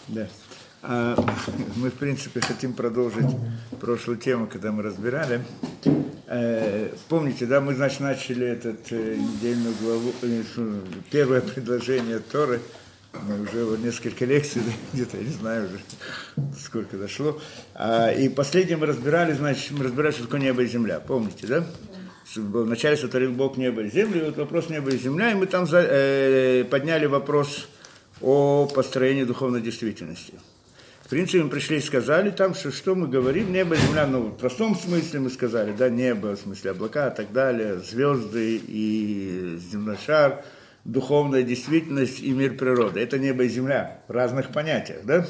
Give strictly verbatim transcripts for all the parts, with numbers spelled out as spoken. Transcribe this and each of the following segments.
Да. А, мы, в принципе, хотим продолжить прошлую тему, когда мы разбирали. Э, помните, да, мы, значит, начали этот э, недельную главу, э, первое предложение Торы. Мы уже вот несколько лекций, где-то, я не знаю уже, сколько дошло. А, и последнее мы разбирали, значит, мы разбирали, что такое небо и земля. Помните, да? Вначале сотворил Бог небо и землю, и вот вопрос неба и земля, и мы там за, э, подняли вопрос о построении духовной действительности. В принципе, мы пришли и сказали там, что, что мы говорим, небо и земля, ну, в простом смысле мы сказали, да, небо, в смысле облака и так далее, звезды и земной шар, духовная действительность и мир природы. Это небо и земля в разных понятиях, да?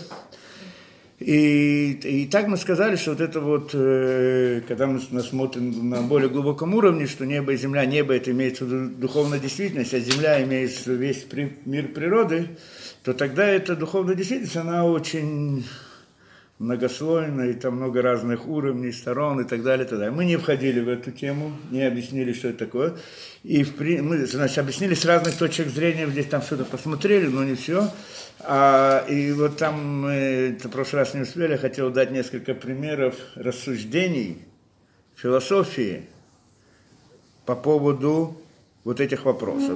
И, и так мы сказали, что вот это вот, э, когда мы смотрим на более глубоком уровне, что небо и земля, небо это имеется в виду духовная действительность, а земля имеется в виду весь при, мир природы, то тогда эта духовная действительность, она очень многослойная, и там много разных уровней, сторон и так далее, и так далее. Мы не входили в эту тему, не объяснили, что это такое. И в, мы, значит, объяснили с разных точек зрения, здесь там что-то посмотрели, но не все. А, и вот там мы в прошлый раз не успели, я хотел дать несколько примеров рассуждений философии по поводу вот этих вопросов.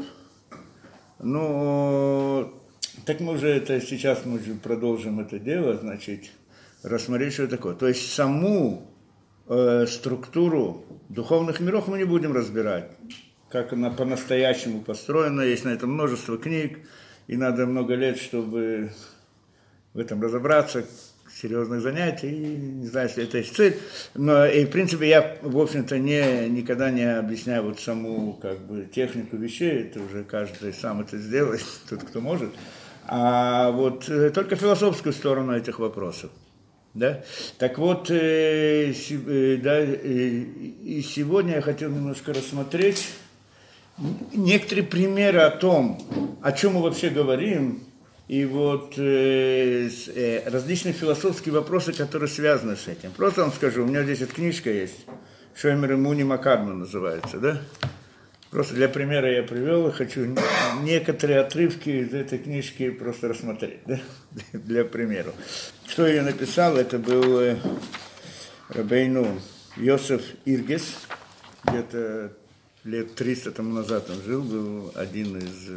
Ну, так мы уже это сейчас мы уже продолжим это дело, значит, рассмотреть, что это такое. То есть саму э, структуру духовных миров мы не будем разбирать, как она по-настоящему построена. Есть на это множество книг, и надо много лет, чтобы в этом разобраться, серьезных занятий, и не знаю, если это есть цель. Но, и, в принципе, я, в общем-то, не, никогда не объясняю вот саму как бы, технику вещей, это уже каждый сам это сделает, тот, кто может. А вот э, только философскую сторону этих вопросов. Да? Так вот, э, э, да, э, и сегодня я хотел немножко рассмотреть некоторые примеры о том, о чем мы вообще говорим, и вот э, э, различные философские вопросы, которые связаны с этим. Просто вам скажу, у меня здесь эта книжка есть, Шоймер и Муни Макарма называется, да? Просто для примера я привел, хочу некоторые отрывки из этой книжки просто рассмотреть, да? Для примера. Кто ее написал, это был э, Рабейну Йосеф Иргес, где-то лет триста тому назад он жил, был один из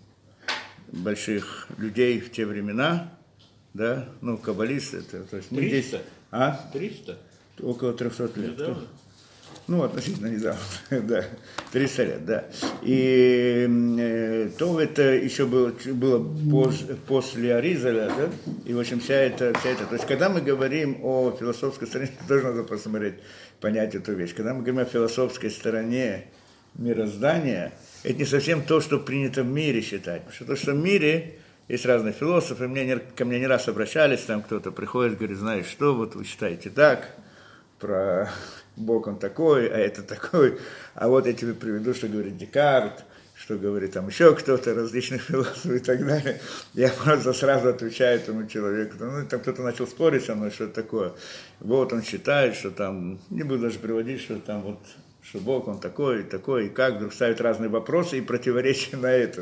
больших людей в те времена, да, ну, каббалист, это, то есть мы триста? здесь... А? триста? Около трехсот лет. Недавно? Ну, относительно недавно, да, триста лет, да. И э, то это еще было, было позже, после Аризаля, да, и, в общем, вся эта, вся эта... То есть, когда мы говорим о философской стороне, тоже надо посмотреть, понять эту вещь. Когда мы говорим о философской стороне мироздания, это не совсем то, что принято в мире считать. Потому что то, что в мире есть разные философы, мне, ко мне не раз обращались, там кто-то приходит, говорит, знаешь что, вот вы считаете так, про Бог он такой, а это такой, а вот я тебе приведу, что говорит Декарт, что говорит там еще кто-то, различных философов и так далее. Я просто сразу отвечаю этому человеку, ну, там кто-то начал спорить со мной, что это такое. Вот он считает, что там, не буду даже приводить, что там вот, что Бог, он такой, такой, и как, вдруг ставят разные вопросы и противоречия на это,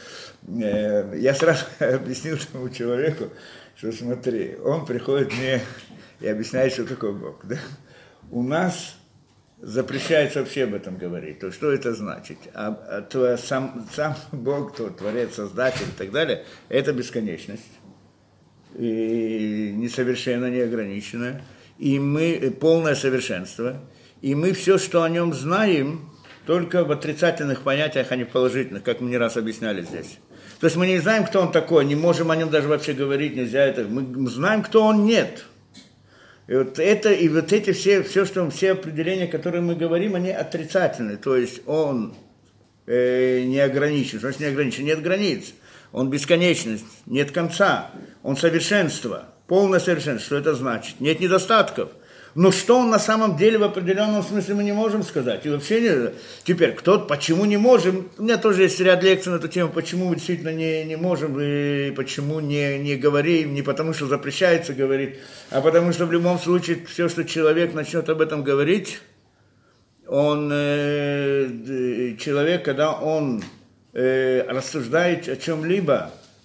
да. Я сразу объяснил тому человеку, что смотри, он приходит мне и объясняет, что такое Бог, да. У нас запрещается вообще об этом говорить, то что это значит, а, а то сам, сам Бог, то Творец, Создатель и так далее, это бесконечность, и несовершенно, неограниченное, и мы, полное совершенство, и мы все, что о нем знаем, только в отрицательных понятиях, а не в положительных, как мы не раз объясняли здесь. То есть мы не знаем, кто он такой, не можем о нем даже вообще говорить, нельзя это. Мы знаем, кто он нет. И вот это, и вот эти все, все, что, все определения, которые мы говорим, они отрицательные. То есть он э, не ограничен. Что значит не ограничен? Нет границ. Он бесконечность, нет конца. Он совершенство, полное совершенство. Что это значит? Нет недостатков. Но что он на самом деле в определенном смысле мы не можем сказать. И вообще не... Теперь, кто, почему не можем? У меня тоже есть ряд лекций на эту тему, почему мы действительно не, не можем, и почему не, не говорим, не потому что запрещается говорить, а потому что в любом случае все, что человек начнет об этом говорить, он, э, человек, когда он э, рассуждает о чем-либо,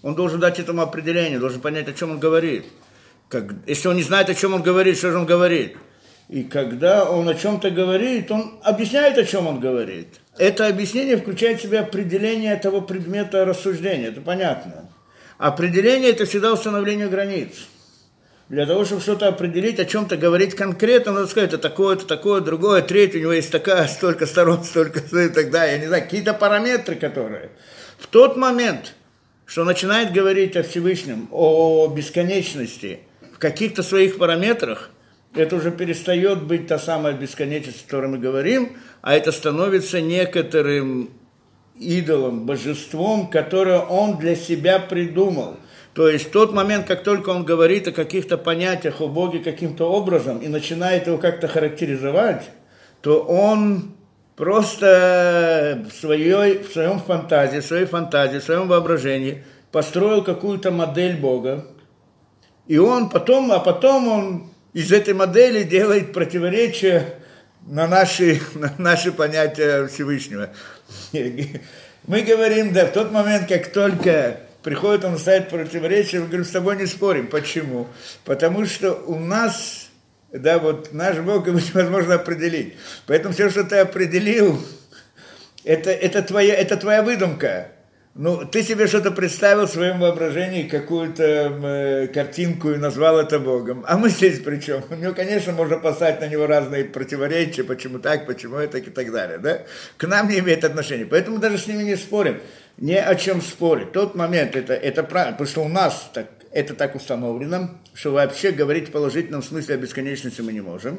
он должен дать этому определение, должен понять, о чем он говорит. Как, если он не знает, о чем он говорит, что же он говорит? И когда он о чем-то говорит, он объясняет, о чем он говорит. Это объяснение включает в себя определение того предмета рассуждения, это понятно. Определение – это всегда установление границ. Для того, чтобы что-то определить, о чем-то говорить конкретно, надо сказать, это такое-то, такое, другое, третье, у него есть такая, столько сторон, столько, и так далее. Я не знаю, какие-то параметры, которые... В тот момент, что он начинает говорить о Всевышнем, о бесконечности, в каких-то своих параметрах, это уже перестает быть та самая бесконечность, о которой мы говорим, а это становится некоторым идолом, божеством, которое он для себя придумал. То есть в тот момент, как только он говорит о каких-то понятиях о Боге каким-то образом и начинает его как-то характеризовать, то он просто в, своей, в своем фантазии, в своей фантазии, в своем воображении построил какую-то модель Бога. И он потом, а потом он из этой модели делает противоречия на наши, на наши понятия Всевышнего. Мы говорим, да, в тот момент, как только приходит он ставит противоречие, мы говорим, с тобой не спорим. Почему? Потому что у нас, да, вот наш Бог невозможно определить. Поэтому все, что ты определил, это, это, твоя, это твоя выдумка. Ну, ты себе что-то представил в своем воображении, какую-то э, картинку и назвал это Богом. А мы здесь при чем? У него, конечно, можно поставить на него разные противоречия, почему так, почему это и так далее. Да? К нам не имеет отношения. Поэтому даже с ними не спорим. Ни о чем спорить. Тот момент, это, это правильно, потому что у нас так, это так установлено, что вообще говорить в положительном смысле о бесконечности мы не можем.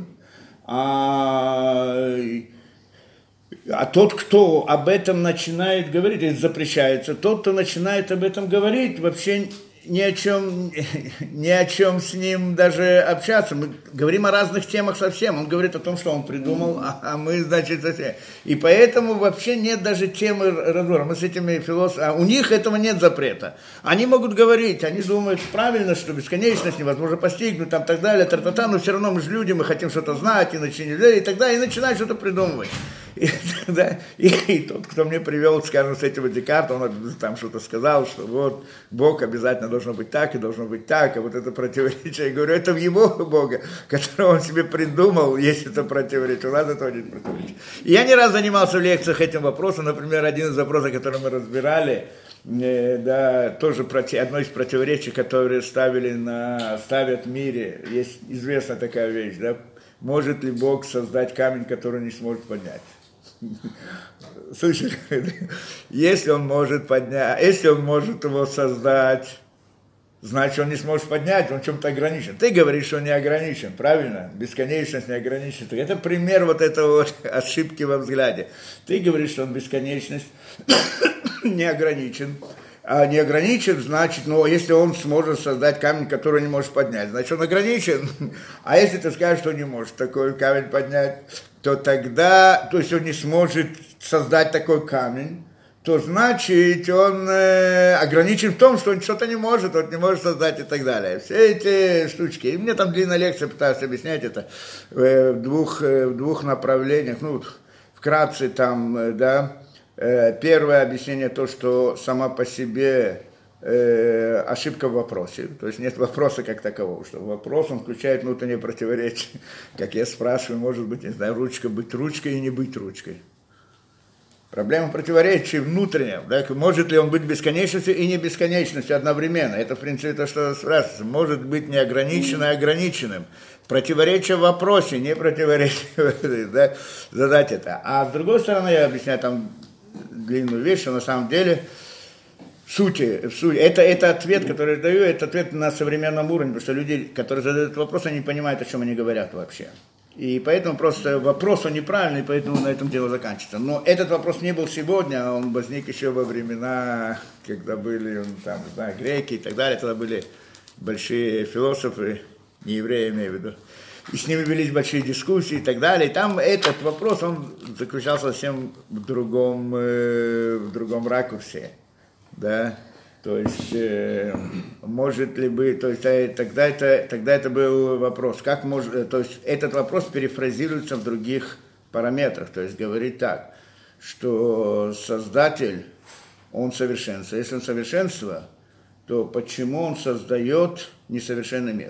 А... А тот, кто об этом начинает говорить, это запрещается, тот, кто начинает об этом говорить, вообще ни о чем, ни о чем с ним даже общаться. Мы говорим о разных темах совсем. Он говорит о том, что он придумал, а, а мы, значит, совсем. И поэтому вообще нет даже темы разбора. Мы с этими философами, а у них этого нет запрета. Они могут говорить, они думают правильно, что бесконечность невозможно постигнуть, там, так далее, тра-та-та, но все равно мы же люди, мы хотим что-то знать, и, и так далее, и начинают что-то придумывать. И, да, и, и тот, кто мне привел, скажем, с этого Декарта, он там что-то сказал, что вот Бог обязательно должно быть так и должно быть так, а вот это противоречие. Я говорю, это в его Бога, которого он себе придумал, есть это противоречие. У нас этого нет противоречия. И я не раз занимался в лекциях этим вопросом, например, один из вопросов, который мы разбирали, э, да, тоже проти, одно из противоречий, которые ставили на, ставят в мире, есть известная такая вещь, да, может ли Бог создать камень, который не сможет поднять? Слышали? Если он может поднять, если он может его создать, значит, он не сможет поднять, он в чем-то ограничен. Ты говоришь, что он не ограничен, правильно? Бесконечность не ограничена. Это пример вот этого вот ошибки во взгляде. Ты говоришь, что он бесконечность не ограничен. А не ограничен, значит, ну, если он сможет создать камень, который не может поднять, значит, он ограничен. А если ты скажешь, что не может такой камень поднять, то тогда, то есть он не сможет создать такой камень, то значит, он э, ограничен в том, что он что-то не может, он не может создать и так далее. Все эти штучки. И мне там длинная лекция, пытаюсь объяснять это э, в, двух, э, в двух направлениях, ну, вкратце там, э, да. Первое объяснение то, что сама по себе э, ошибка в вопросе, то есть нет вопроса как такового, что вопрос он включает внутреннее противоречие. Как я спрашиваю, может быть, не знаю, ручка быть ручкой и не быть ручкой. Проблема противоречия внутренняя, да, может ли он быть бесконечностью и не бесконечностью одновременно. Это, в принципе, то, что спрашивается. Может быть неограниченным и ограниченным. Противоречие в вопросе, не противоречие, да, задать это. А с другой стороны, я объясняю там длинную вещь, что на самом деле в сути, в сути это, это ответ, который я даю, это ответ на современном уровне, потому что люди, которые задают этот вопрос, они не понимают, о чем они говорят вообще. И поэтому просто вопрос он неправильный, поэтому на этом дело заканчивается. Но этот вопрос не был сегодня, он возник еще во времена, когда были там, не знаю, греки и так далее, тогда были большие философы, не евреи, имею в виду. И с ними велись большие дискуссии и так далее. И там этот вопрос, он заключался совсем в другом, э, в другом ракурсе. Да? То есть, э, может ли быть, то есть, э, тогда, это, тогда это был вопрос, как может, то есть, этот вопрос перефразируется в других параметрах. То есть, говорит так, что Создатель, он совершенство. Если он совершенство, то почему он создает несовершенный мир?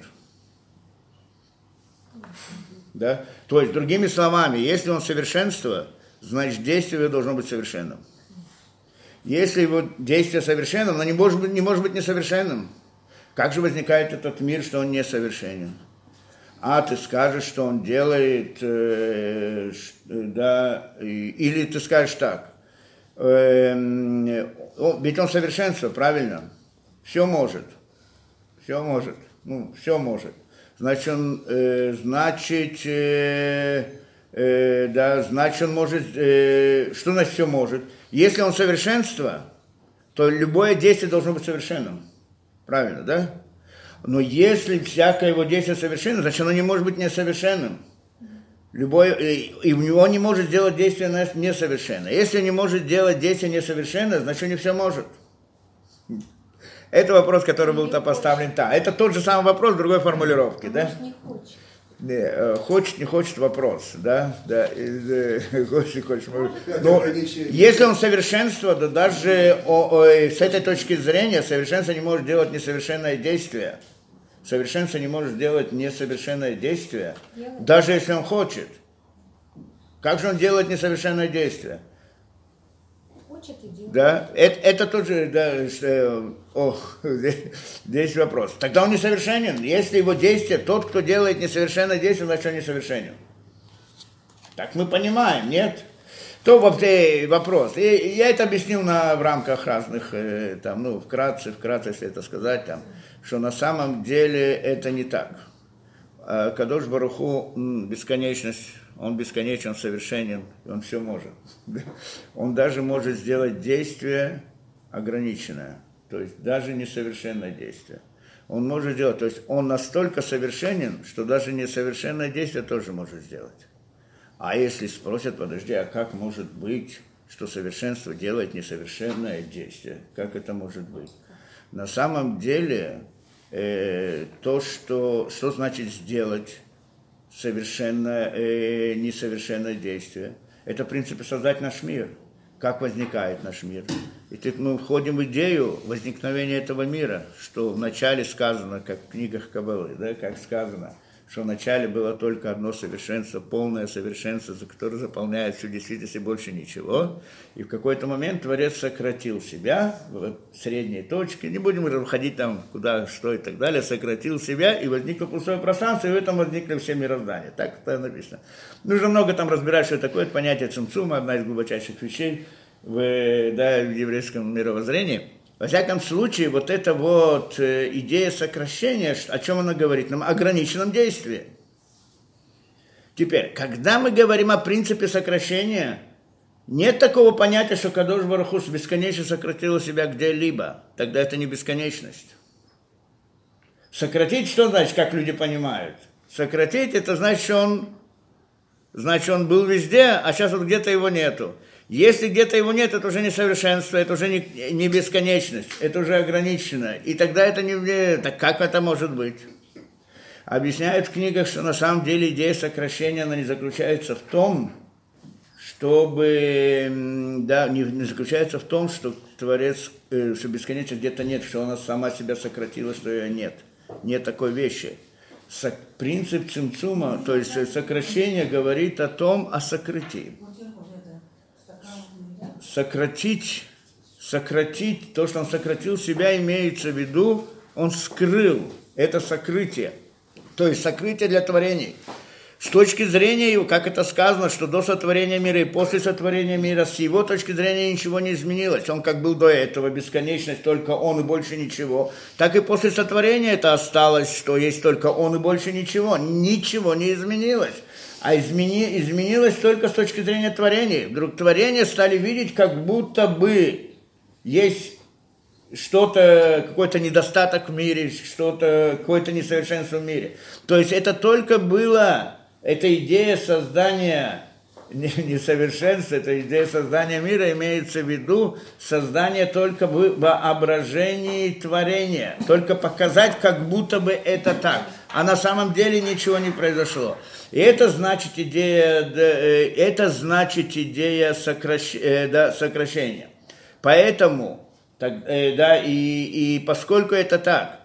Да? То есть, другими словами, если он совершенство, значит, действие его должно быть совершенным. Если его действие совершенным, оно не может быть, не может быть несовершенным. Как же возникает этот мир, что он несовершенен? А ты скажешь, что он делает, э, да, или ты скажешь так, э, ведь он совершенство, правильно? Все может, все может, ну, все может. Значит, он, э, значит, э, э, да, значит, он может, э, что значит все может? Если он совершенство, то любое действие должно быть совершенным. Правильно, да? Но если всякое его действие совершенно, значит, оно не может быть несовершенным. Любое, и у него не может делать действие несовершенно. Если не может делать действие несовершенно, значит, он не все может. Это вопрос, который был поставлен. Да, это тот же самый вопрос в другой формулировке. Да? Не хочет. Не, хочет, не хочет вопрос, да, да, хочет, не хочет. Но если он совершенство, то даже о, о, с этой точки зрения совершенство не может делать несовершенное действие. Совершенство не может делать несовершенное действие, даже если он хочет. Как же он делает несовершенное действие? Да, это, это тоже, да, что, о, здесь, здесь вопрос. Тогда он несовершенен. Если его действие, тот, кто делает несовершенное действие, значит, он несовершенен. Так мы понимаем, нет? То вообще вопрос. И я это объяснил на, в рамках разных, там, ну, вкратце, вкратце, если это сказать, там, что на самом деле это не так. Кадош Барух Ху, бесконечность, он бесконечен, совершенен, он все может. Он даже может сделать действие ограниченное, то есть даже несовершенное действие. Он может сделать, то есть он настолько совершенен, что даже несовершенное действие тоже может сделать. А если спросят, подожди, а как может быть, что совершенство делает несовершенное действие? Как это может быть? На самом деле, э, то, что, что значит сделать совершенно, э, несовершенное действие, это, в принципе, создать наш мир. Как возникает наш мир? И тут мы входим в идею возникновения этого мира, что вначале сказано, как в книгах Каббалы, да, как сказано, что вначале было только одно совершенство, полное совершенство, за которое заполняет всю действительность и больше ничего. И в какой-то момент Творец сократил себя в средней точке, не будем выходить там куда, что и так далее, сократил себя, и возникло пустое пространство, и в этом возникли все мироздания. Так это написано. Нужно много там разбирать, что такое. Это понятие цимцума, одна из глубочайших вещей в, да, в еврейском мировоззрении. Во всяком случае, вот эта вот идея сокращения, о чем она говорит нам? О ограниченном действии. Теперь, когда мы говорим о принципе сокращения, нет такого понятия, что Кадош Барух Ху бесконечно сократил себя где-либо. Тогда это не бесконечность. Сократить, что значит, как люди понимают? Сократить, это значит, что он, значит, он был везде, а сейчас вот где-то его нету. Если где-то его нет, это уже не совершенство, это уже не, не бесконечность, это уже ограничено. И тогда это не... Так как это может быть? Объясняют в книгах, что на самом деле идея сокращения, она не заключается в том, чтобы... Да, не, не заключается в том, что Творец, э, что бесконечность где-то нет, что она сама себя сократила, что ее нет. Нет такой вещи. Со, принцип цимцума, то есть сокращение, говорит о том, о сокрытии. Сократить, сократить, то, что он сократил себя, имеется в виду, он скрыл, это сокрытие, то есть сокрытие для творений. С точки зрения его, как это сказано, что до сотворения мира и после сотворения мира, с его точки зрения ничего не изменилось. Он как был до этого, бесконечность, только он и больше ничего. Так и после сотворения это осталось, что есть только он и больше ничего. Ничего не изменилось. А измени, изменилось только с точки зрения творения. Вдруг творения стали видеть, как будто бы есть что-то, какой-то недостаток в мире, что-то, какое-то несовершенство в мире. То есть это только было, эта идея создания несовершенства, эта идея создания мира имеется в виду создание только в воображении творения. Только показать, как будто бы это так. А на самом деле ничего не произошло. И это значит идея, это значит идея сокращ, да, сокращения. Поэтому Так, э, да, и, и поскольку это так,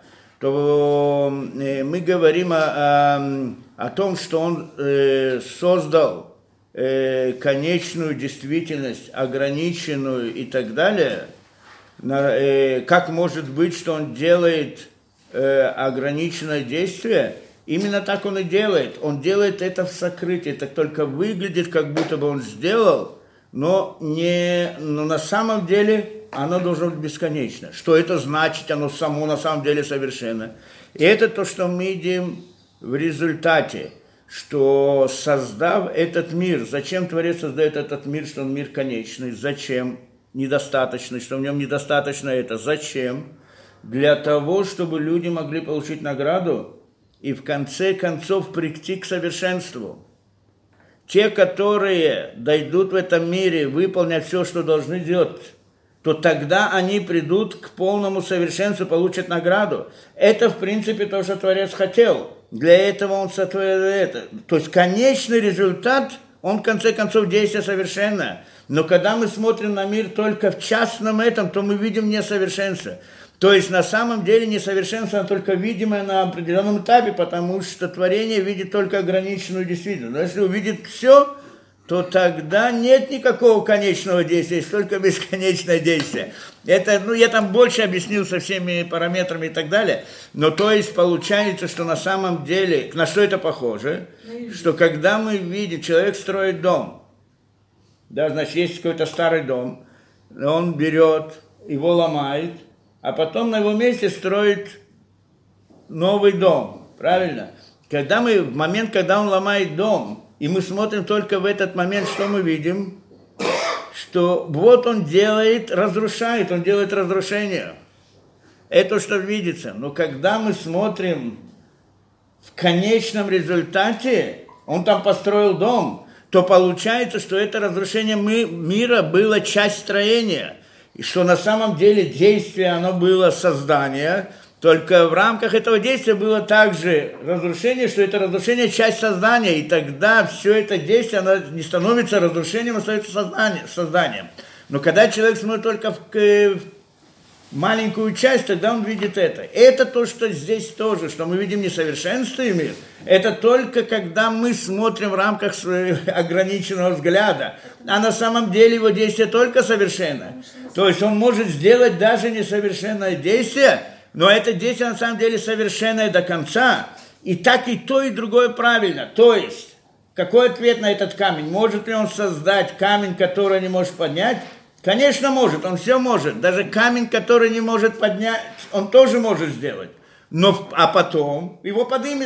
то э, мы говорим о, о, о том, что он э, создал э, конечную действительность, ограниченную и так далее. На, э, как может быть, что он делает э, ограниченное действие? Именно так он и делает. Он делает это в сокрытии. Это только выглядит, как будто бы он сделал, но, не, но на самом деле оно должно быть бесконечно. Что это значит? Оно само на самом деле совершенно. И это то, что мы видим в результате, что создав этот мир, зачем Творец создает этот мир, что он мир конечный, зачем? Недостаточный, что в нем недостаточно это. Зачем? Для того, чтобы люди могли получить награду и в конце концов прийти к совершенству. Те, которые дойдут в этом мире, выполнят все, что должны делать, то тогда они придут к полному совершенству, получат награду. Это, в принципе, то, что Творец хотел. Для этого он сотворил это. То есть конечный результат, он в конце концов действие совершенное. Но когда мы смотрим на мир только в частном этом, то мы видим несовершенство. То есть на самом деле несовершенство, оно только видимое на определенном этапе, потому что творение видит только ограниченную действительность. Но если увидит все, то тогда нет никакого конечного действия, есть только бесконечное действие. Это, ну, я там больше объяснил со всеми параметрами и так далее, но то есть получается, что на самом деле, на что это похоже, что когда мы видим, человек строит дом, да, значит, есть какой-то старый дом, он берет, его ломает, а потом на его месте строит новый дом, правильно? Когда мы, в момент, когда он ломает дом, и мы смотрим только в этот момент, что мы видим, что вот он делает, разрушает, он делает разрушение. Это что видится. Но когда мы смотрим в конечном результате, он там построил дом, то получается, что это разрушение мира было часть строения. И что на самом деле действие, оно было создание, только в рамках этого действия было также разрушение, что это разрушение часть создания, и тогда все это действие, оно не становится разрушением, а становится созданием. созданием. Но когда человек смотрит только в, в маленькую часть, тогда он видит это. Это то, что здесь тоже, что мы видим несовершенство и мир. Это только когда мы смотрим в рамках своего ограниченного взгляда. А на самом деле его действие только совершенное. То есть он может сделать даже несовершенное действие, но это действие на самом деле совершенное до конца. И так и то, и другое правильно. То есть, какой ответ на этот камень? Может ли он создать камень, который не может поднять? Конечно, может, он все может. Даже камень, который не может поднять, он тоже может сделать. Но, а потом его поднимет.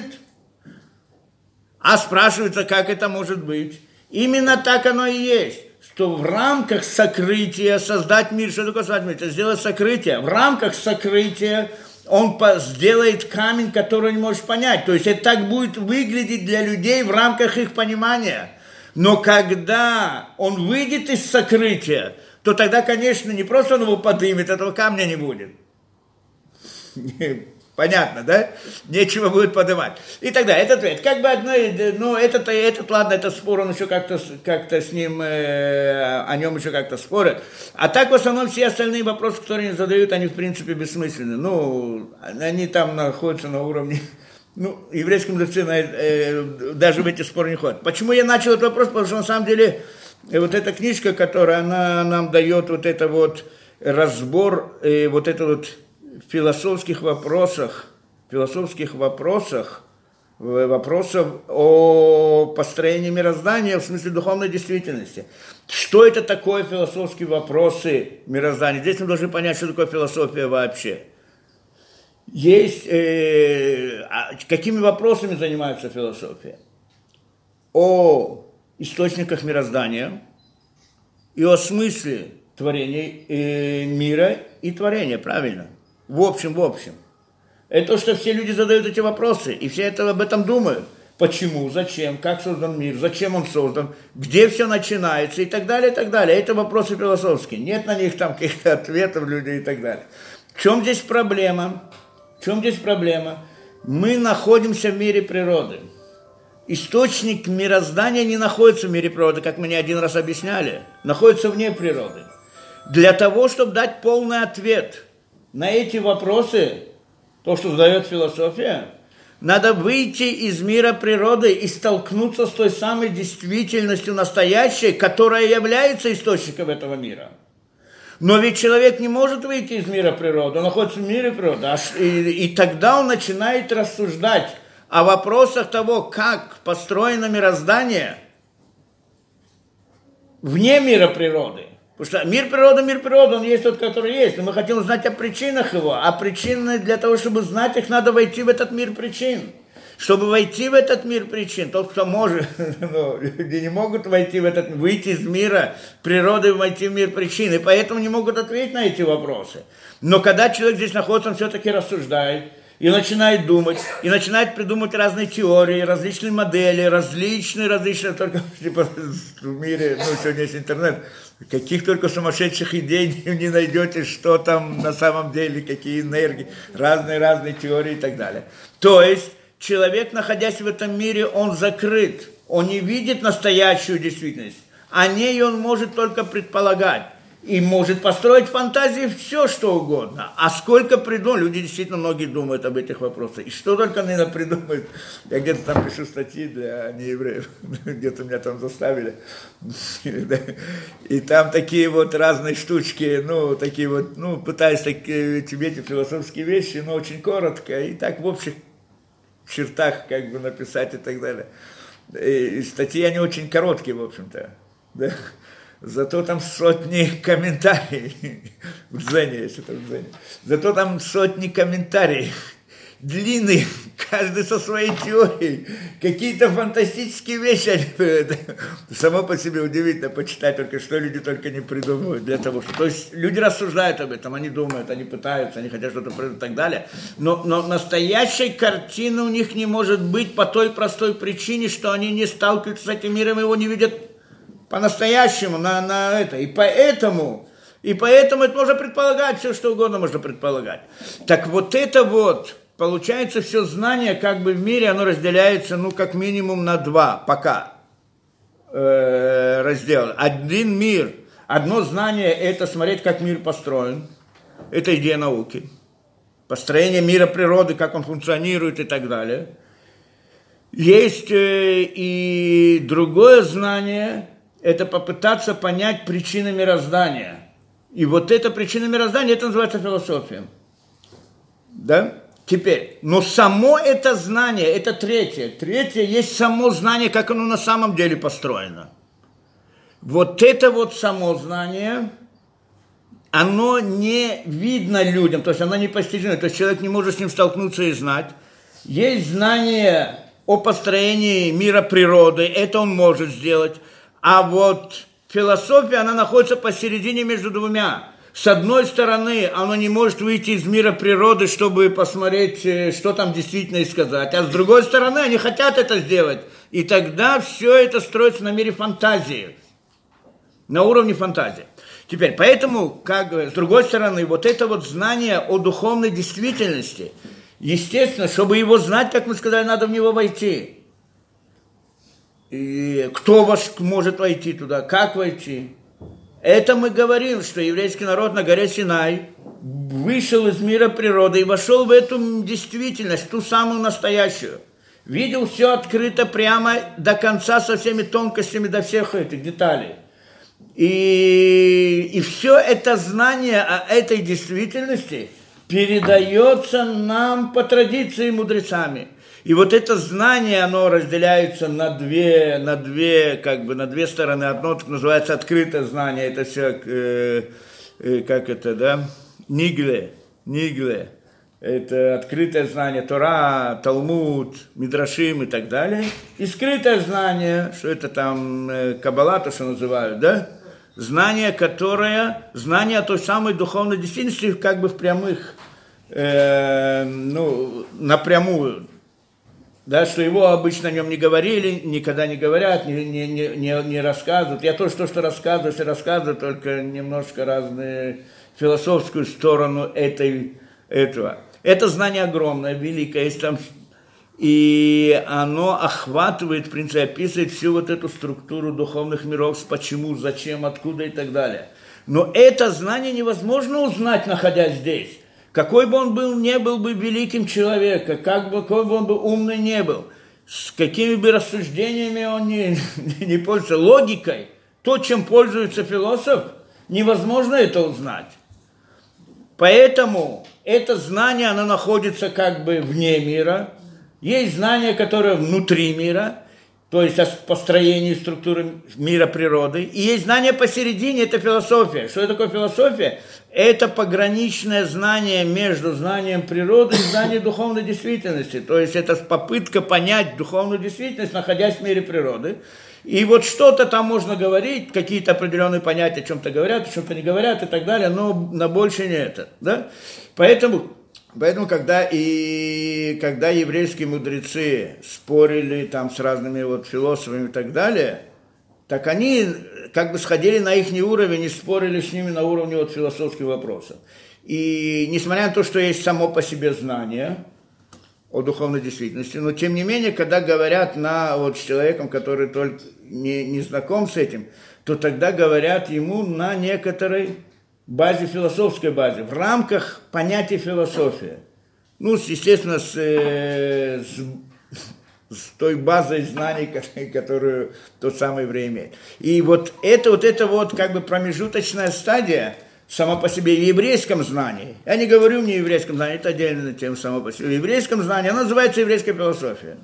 А спрашивается, как это может быть? Именно так оно и есть. Что в рамках сокрытия создать мир, что такое создать мир? Это сделать сокрытие. В рамках сокрытия он сделает камень, который не можешь понять. То есть это так будет выглядеть для людей в рамках их понимания. Но когда он выйдет из сокрытия, то тогда, конечно, не просто он его поднимет, этого камня не будет. Понятно, да? Нечего будет поднимать. И тогда этот, это как бы одно, ну, этот, этот, ладно, это спор, он еще как-то, как-то с ним, э, о нем еще как-то спорят. А так, в основном, все остальные вопросы, которые они задают, они, в принципе, бессмысленны. Ну, они там находятся на уровне, ну, еврейском мудрецы э, даже в эти споры не ходят. Почему я начал этот вопрос? Потому что, на самом деле, вот эта книжка, которая она нам дает вот это вот разбор, э, вот это вот в философских вопросах, философских вопросах, вопросов о построении мироздания в смысле духовной действительности. Что это такое философские вопросы мироздания? Здесь мы должны понять, что такое философия вообще. Есть, э, какими вопросами занимается философия? О источниках мироздания и о смысле творения э, мира и творения, правильно? В общем, в общем. Это то, что все люди задают эти вопросы, и все это об этом думают. Почему, зачем, как создан мир, зачем он создан, где все начинается и так далее, и так далее. Это вопросы философские. Нет на них там каких-то ответов людей и так далее. В чем здесь проблема? В чем здесь проблема? Мы находимся в мире природы. Источник мироздания не находится в мире природы, как мы не один раз объясняли. Находится вне природы. Для того, чтобы дать полный ответ на эти вопросы, то, что задает философия, надо выйти из мира природы и столкнуться с той самой действительностью настоящей, которая является источником этого мира. Но ведь человек не может выйти из мира природы, он находится в мире природы, и, и тогда он начинает рассуждать о вопросах того, как построено мироздание вне мира природы. Потому что мир природы, мир природы, он есть тот, который есть. Но мы хотим узнать о причинах его. А причины, для того, чтобы знать их, надо войти в этот мир причин. Чтобы войти в этот мир причин, тот, кто может, ну, люди не могут войти в этот, выйти из мира природы и войти в мир причин. И поэтому не могут ответить на эти вопросы. Но когда человек здесь находится, он все-таки рассуждает. И начинает думать, и начинает придумывать разные теории, различные модели, различные, различные, только типа, в мире, ну, сегодня есть интернет, каких только сумасшедших идей не найдете, что там на самом деле, какие энергии, разные-разные теории и так далее. То есть, человек, находясь в этом мире, он закрыт, он не видит настоящую действительность, о ней он может только предполагать. И может построить фантазии все, что угодно. А сколько придумали, люди действительно многие думают об этих вопросах. И что только они придумают. Я где-то там пишу статьи для неевреев, где-то меня там заставили. И там такие вот разные штучки, ну, такие вот, ну, пытаюсь такие, тебе эти философские вещи, но очень коротко, и так в общих чертах как бы написать и так далее. И статьи, они очень короткие, в общем-то, да. Зато там сотни комментариев, в Дзене, если это в Дзене, зато там сотни комментариев, длинные, каждый со своей теорией, какие-то фантастические вещи, само по себе удивительно почитать, только что люди только не придумывают для того, что, то есть люди рассуждают об этом, они думают, они пытаются, они хотят что-то придумать и так далее, но, но настоящей картины у них не может быть по той простой причине, что они не сталкиваются с этим миром, его не видят по-настоящему, на, на это. И поэтому, и поэтому это можно предполагать, все что угодно можно предполагать. Так вот это вот, получается, все знание как бы в мире, оно разделяется, ну, как минимум на два, пока э, раздел. Один мир, одно знание, это смотреть, как мир построен. Это идея науки. Построение мира природы, как он функционирует и так далее. Есть э, и другое знание, это попытаться понять причины мироздания. И вот эта причина мироздания, это называется философия. Да? Теперь, но само это знание, это третье. Третье есть само знание, как оно на самом деле построено. Вот это вот само знание, оно не видно людям, то есть оно не постижимо, то есть человек не может с ним столкнуться и знать. Есть знание о построении мира природы, это он может сделать. А вот философия, она находится посередине между двумя. С одной стороны, она не может выйти из мира природы, чтобы посмотреть, что там действительно и сказать. А с другой стороны, они хотят это сделать. И тогда все это строится на мире фантазии. На уровне фантазии. Теперь, поэтому, как, с другой стороны, вот это вот знание о духовной действительности, естественно, чтобы его знать, как мы сказали, надо в него войти. И кто ваш может войти туда, как войти? Это мы говорим, что еврейский народ на горе Синай вышел из мира природы и вошел в эту действительность, ту самую настоящую. Видел все открыто прямо до конца со всеми тонкостями, до всех этих деталей. И, и все это знание о этой действительности передается нам по традиции мудрецами. И вот это знание, оно разделяется на две, на две, как бы, на две стороны. Одно так называется открытое знание, это все, э, э, как это, да, нигле, нигле. Это открытое знание Тора, Талмуд, Мидрашим и так далее. И скрытое знание, что это там э, Каббала, то, что называют, да? Знание, которое, знание той самой духовной действительности, как бы в прямых, э, ну, напрямую. Да, что его обычно о нем не говорили, никогда не говорят, не, не, не, не рассказывают. Я тоже то, что рассказываю, если рассказываю, только немножко разную философскую сторону этой, этого. Это знание огромное, великое, есть там, и оно охватывает, в принципе, описывает всю вот эту структуру духовных миров, почему, зачем, откуда и так далее. Но это знание невозможно узнать, находясь здесь. Какой бы он был, не был бы великим человеком, как бы, какой бы он был умный не был, с какими бы рассуждениями он не, не пользовался, логикой, то, чем пользуется философ, невозможно это узнать. Поэтому это знание, оно находится как бы вне мира. Есть знание, которое внутри мира, то есть о построении структуры мира природы. И есть знание посередине, это философия. Что такое философия? Это пограничное знание между знанием природы и знанием духовной действительности. То есть это попытка понять духовную действительность, находясь в мире природы. И вот что-то там можно говорить, какие-то определенные понятия о чем-то говорят, о чем-то не говорят и так далее, но на больше не это. Да? Поэтому, поэтому когда, и, когда еврейские мудрецы спорили там с разными вот философами и так далее, так они как бы сходили на их уровень и спорили с ними на уровне вот философских вопросов. И несмотря на то, что есть само по себе знание о духовной действительности, но тем не менее, когда говорят на, вот, с человеком, который только не, не знаком с этим, то тогда говорят ему на некоторой базе, философской базе, в рамках понятия философии. Ну, естественно, с, с, с той базой знаний, которую тот самый еврей имеет. И вот это вот, это вот как бы промежуточная стадия, само по себе в еврейском знании, я не говорю не еврейском знании, это отдельная тема само по себе, в еврейском знании, оно называется еврейская философия.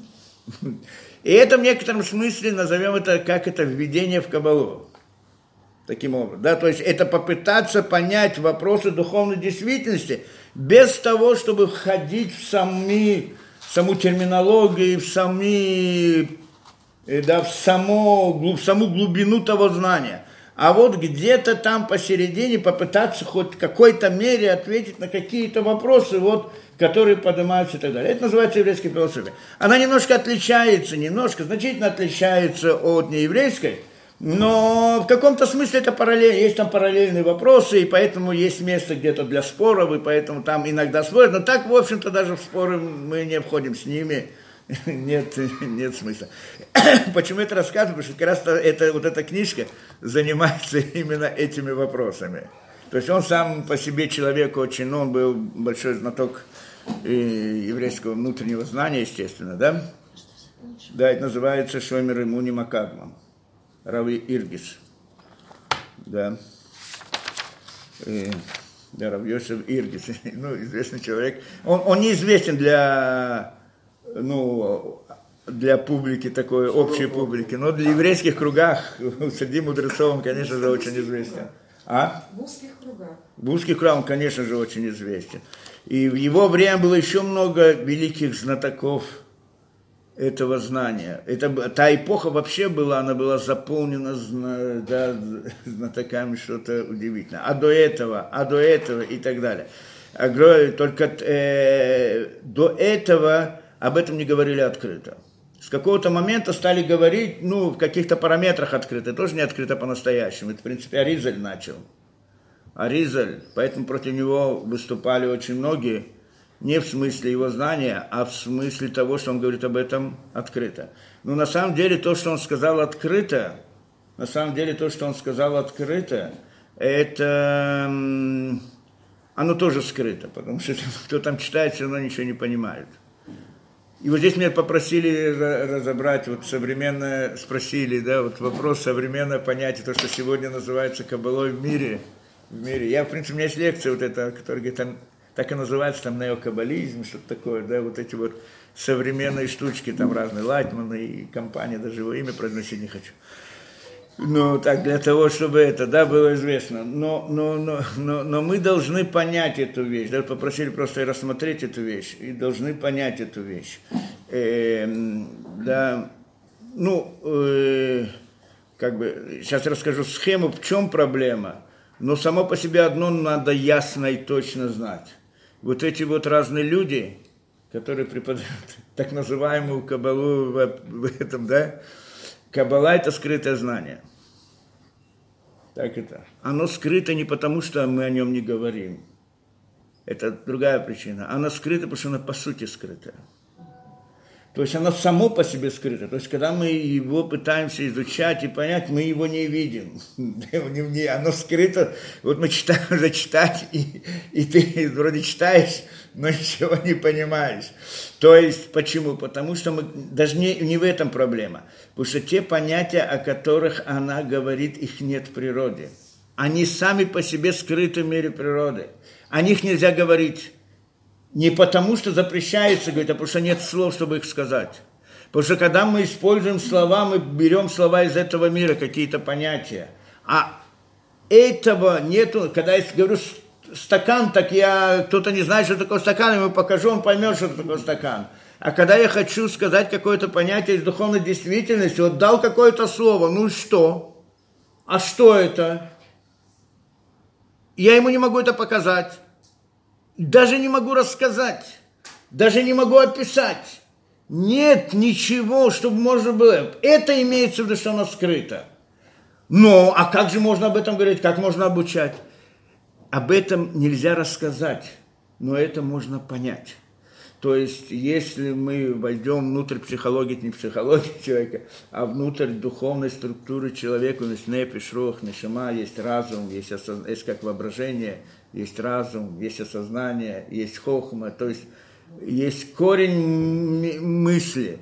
И это в некотором смысле, назовем это, как это введение в Каббалу. Таким образом, да, то есть это попытаться понять вопросы духовной действительности без того, чтобы входить в сами, саму терминологию, в сами, да, в, само, в саму глубину того знания. А вот где-то там посередине попытаться хоть в какой-то мере ответить на какие-то вопросы, вот, которые поднимаются и так далее. Это называется еврейская философия. Она немножко отличается, немножко, значительно отличается от нееврейской, но в каком-то смысле это параллель, есть там параллельные вопросы, и поэтому есть место где-то для споров, и поэтому там иногда спорят. Но так, в общем-то, даже в споры мы не входим с ними. Нет, нет смысла. Почему это рассказываю? Потому что как раз это, вот эта книжка занимается именно этими вопросами. То есть он сам по себе человек очень, ну, он был большой знаток еврейского внутреннего знания, естественно, да? Да, это называется Шомер Имуни Макагман, Рави Иргис, да. И, да, Рав Йосеф Иргис, ну, известный человек. Он, он неизвестен для... ну, для публики такой, общей публики, но для еврейских кругах, среди мудрецов он, конечно же, очень известен. А? В узких кругах. В узких кругах он, конечно же, очень известен. И в его время было еще много великих знатоков этого знания. Это, та эпоха вообще была, она была заполнена зна, да, знатоками, что-то удивительное. А до этого, а до этого и так далее. Только э, до этого об этом не говорили открыто. С какого-то момента стали говорить, ну, в каких-то параметрах открыто, тоже не открыто по-настоящему. Это, в принципе, Аризаль начал. Аризаль, поэтому против него выступали очень многие, не в смысле его знания, а в смысле того, что он говорит об этом открыто. Но на самом деле то, что он сказал открыто, на самом деле то, что он сказал открыто, это, оно тоже скрыто, потому что кто там читает, все равно ничего не понимает. И вот здесь меня попросили разобрать, вот современное, спросили, да, вот вопрос современное понятие, то, что сегодня называется каббалой в мире, в мире. Я, в принципе, у меня есть лекция вот эта, которая говорит, там, так и называется, там, неокаббализм, что-то такое, да, вот эти вот современные штучки, там, разные, Лайтман и компания, даже его имя произносить не хочу. Ну, так, для того, чтобы это, да, было известно. Но, но, но, но, но мы должны понять эту вещь. Да, попросили просто рассмотреть эту вещь. И должны понять эту вещь. Э, да, ну, э, как бы, сейчас расскажу схему, в чем проблема. Но само по себе одно надо ясно и точно знать. Вот эти вот разные люди, которые преподают так называемую каббалу в, в этом, да, Каббала – это скрытое знание. Так это. Оно скрыто не потому, что мы о нем не говорим. Это другая причина. Оно скрыто, потому что оно по сути скрытое. То есть оно само по себе скрыто. То есть когда мы его пытаемся изучать и понять, мы его не видим. Оно скрыто. Вот мы читаем уже читать, и, и ты вроде читаешь, но ничего не понимаешь. То есть почему? Потому что мы, даже не, не в этом проблема. Потому что те понятия, о которых она говорит, их нет в природе. Они сами по себе скрыты в мире природы. О них нельзя говорить. Не потому, что запрещается говорить, а потому что нет слов, чтобы их сказать. Потому что когда мы используем слова, мы берем слова из этого мира, какие-то понятия. А этого нету. Когда я говорю стакан, так я, кто-то не знает, что такое стакан, ему покажу, он поймет, что такое стакан. А когда я хочу сказать какое-то понятие из духовной действительности, вот дал какое-то слово, ну что? А что это? Я ему не могу это показать. Даже не могу рассказать, даже не могу описать. Нет ничего, чтобы можно было. Это имеется в виду, что оно скрыто. Но, а как же можно об этом говорить, как можно обучать? Об этом нельзя рассказать, но это можно понять. То есть, если мы войдем внутрь психологии, это не психологии человека, а внутрь духовной структуры человека, есть нефеш, рух, нешама, есть разум, есть, осоз... есть как воображение, есть разум, есть осознание, есть хохма, то есть есть корень мысли.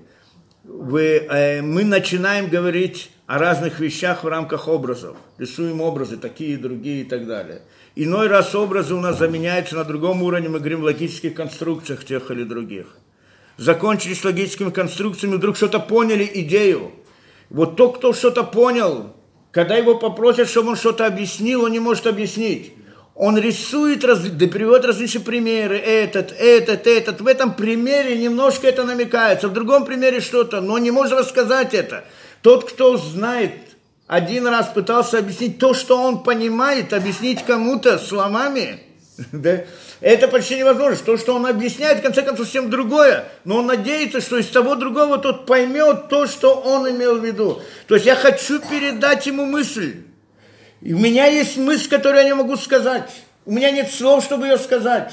Вы, э, мы начинаем говорить о разных вещах в рамках образов, рисуем образы, такие, другие и так далее. Иной раз образы у нас заменяются на другом уровне, мы говорим в логических конструкциях тех или других. Закончили с логическими конструкциями, вдруг что-то поняли, идею. Вот тот, кто что-то понял, когда его попросят, чтобы он что-то объяснил, он не может объяснить. Он рисует, раз, да приводит различные примеры, этот, этот, этот. В этом примере немножко это намекается, в другом примере что-то, но не может рассказать это. Тот, кто знает, один раз пытался объяснить то, что он понимает, объяснить кому-то словами, да, это почти невозможно. То, что он объясняет, в конце концов, совсем другое. Но он надеется, что из того другого тот поймет то, что он имел в виду. То есть я хочу передать ему мысль. И у меня есть мысль, которую я не могу сказать. У меня нет слов, чтобы ее сказать.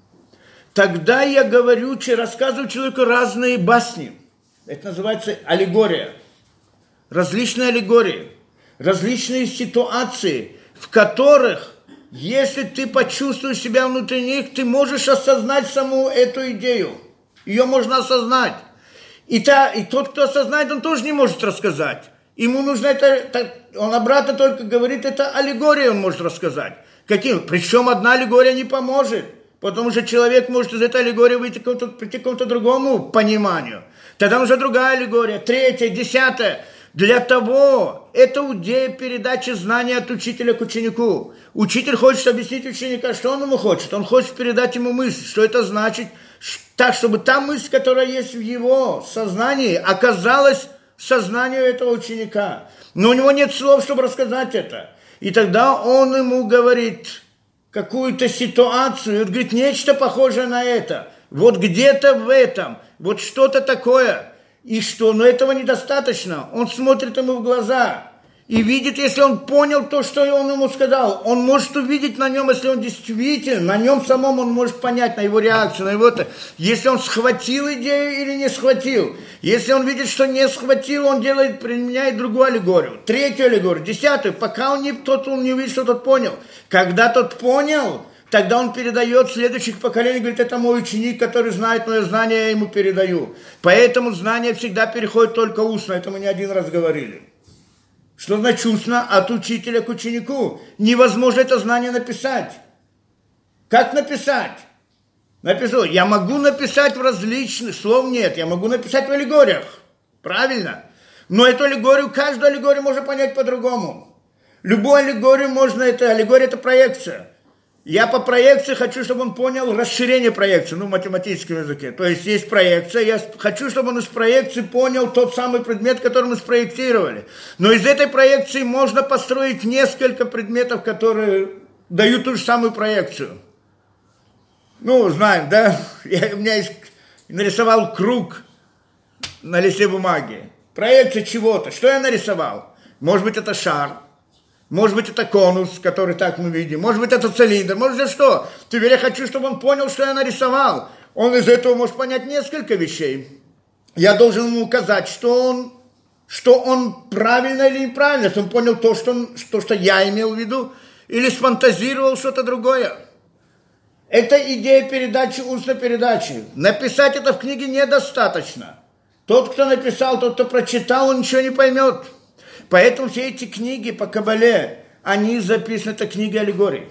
Тогда я говорю, рассказываю человеку разные басни. Это называется аллегория. Различные аллегории. Различные ситуации, в которых, если ты почувствуешь себя внутри них, ты можешь осознать саму эту идею. Ее можно осознать. И, та, и тот, кто осознает, он тоже не может рассказать. Ему нужно это, он обратно только говорит, это аллегория он может рассказать. Каким? Причем одна аллегория не поможет, потому что человек может из этой аллегории выйти к какому-то, прийти к какому-то другому пониманию. Тогда уже другая аллегория, третья, десятая. Для того, это идея передачи знания от учителя к ученику. Учитель хочет объяснить ученика, что он ему хочет. Он хочет передать ему мысль, что это значит, так, чтобы та мысль, которая есть в его сознании, оказалась сознанию этого ученика. Но у него нет слов, чтобы рассказать это. И тогда он ему говорит какую-то ситуацию, он говорит, нечто похожее на это. Вот где-то в этом, вот что-то такое. И что? Но этого недостаточно. Он смотрит ему в глаза и видит, если он понял то, что он ему сказал. Он может увидеть на нем, если он действительно, на нем самом он может понять, на его реакцию, на его... Если он схватил идею или не схватил. Если он видит, что не схватил, он делает, применяет другую аллегорию. Третью аллегорию, десятую. Пока он не, тот, он не увидит, что тот понял. Когда тот понял... Тогда он передает следующих поколений, говорит, это мой ученик, который знает мое знание, я ему передаю. Поэтому знание всегда переходит только устно, это мы не один раз говорили. Что значит устно? От учителя к ученику. Невозможно это знание написать. Как написать? Написал. Я могу написать в различных, слов нет, я могу написать в аллегориях. Правильно? Но эту аллегорию, каждую аллегорию можно понять по-другому. Любую аллегорию можно, это аллегория это проекция. Я по проекции хочу, чтобы он понял расширение проекции, ну, в математическом языке. То есть есть проекция, я хочу, чтобы он из проекции понял тот самый предмет, который мы спроектировали. Но из этой проекции можно построить несколько предметов, которые дают ту же самую проекцию. Ну, знаем, да? Я, у меня есть, нарисовал круг на листе бумаги. Проекция чего-то. Что я нарисовал? Может быть, это шар. Может быть, это конус, который так мы видим. Может быть, это цилиндр. Может быть, что? Теперь я хочу, чтобы он понял, что я нарисовал. Он из этого может понять несколько вещей. я должен ему указать, что он, что он правильно или неправильно, если он понял то, что, он, то, что я имел в виду, или сфантазировал что-то другое. Это идея передачи, устной передачи. Написать это в книге недостаточно. Тот, кто написал, тот, кто прочитал, он ничего не поймет. Поэтому все эти книги по Кабале, они записаны, это книги аллегорий.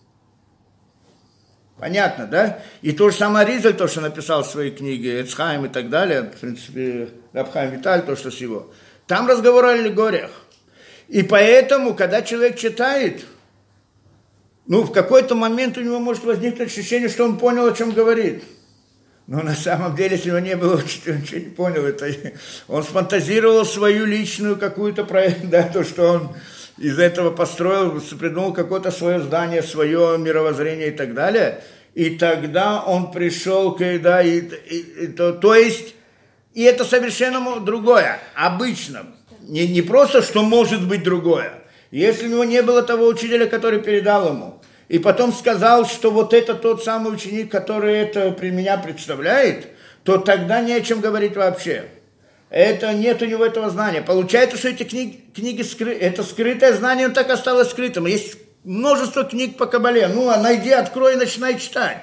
Понятно, да? И то же самое Ризаль, то, что написал в своей книге, Эцхайм и так далее, в принципе, Рабхайм Виталь, то, что с его. Там разговор о аллегориях. И поэтому, когда человек читает, ну, в какой-то момент у него может возникнуть ощущение, что он понял, о чем говорит. Но на самом деле, если у него не было, он ничего не понял. Это, он сфантазировал свою личную какую-то, да, то, что он из этого построил, придумал какое-то свое здание, свое мировоззрение и так далее. И тогда он пришел к, да, и, и, и, то, то есть, и это совершенно другое, обычно. Не, не просто, что может быть другое. Если у него не было того учителя, который передал ему, и потом сказал, что вот это тот самый ученик, который это при меня представляет, то тогда не о чем говорить вообще. Это нет у него этого знания. Получается, что эти книги, книги скры... это скрытое знание, он так осталось скрытым. Есть множество книг по Кабале. Ну, а найди, открой и начинай читать.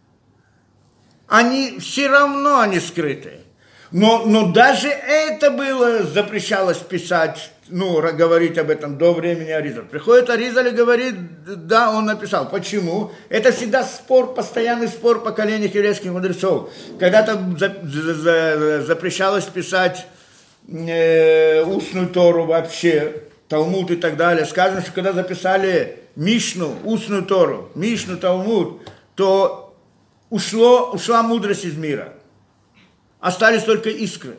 Они все равно они скрытые. Но, но даже это было, запрещалось писать, ну, говорить об этом до времени Аризаля. Приходит Аризаль и говорит, да, он написал. Почему? Это всегда спор, постоянный спор поколений еврейских мудрецов. Когда-то за, за, за, запрещалось писать э, устную Тору вообще, Талмуд и так далее. Сказано, что когда записали Мишну, устную Тору, Мишну, Талмуд, то ушло, ушла мудрость из мира. Остались только искры.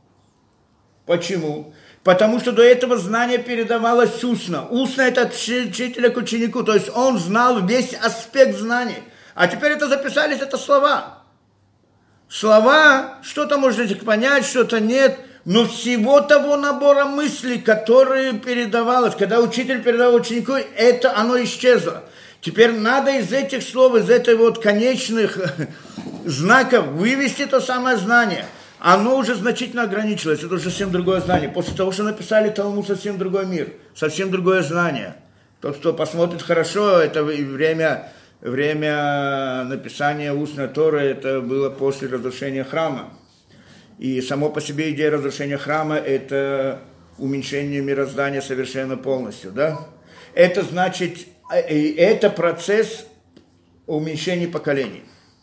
Почему? Потому что до этого знание передавалось устно. Устно это от учителя к ученику. То есть он знал весь аспект знаний. А теперь это записались, это слова. Слова, что-то можно понять, что-то нет. Но всего того набора мыслей, которые передавалось, когда учитель передавал ученику, это оно исчезло. Теперь надо из этих слов, из этих вот конечных знаков вывести то самое знание. Оно уже значительно ограничилось, это уже совсем другое знание. После того, что написали Талмуд, совсем другой мир, совсем другое знание. Тот, кто посмотрит хорошо, это время, время написания устной Торы, это было после разрушения храма. И само по себе идея разрушения храма – это уменьшение мироздания совершенно полностью, да? Это значит, это процесс уменьшения поколений.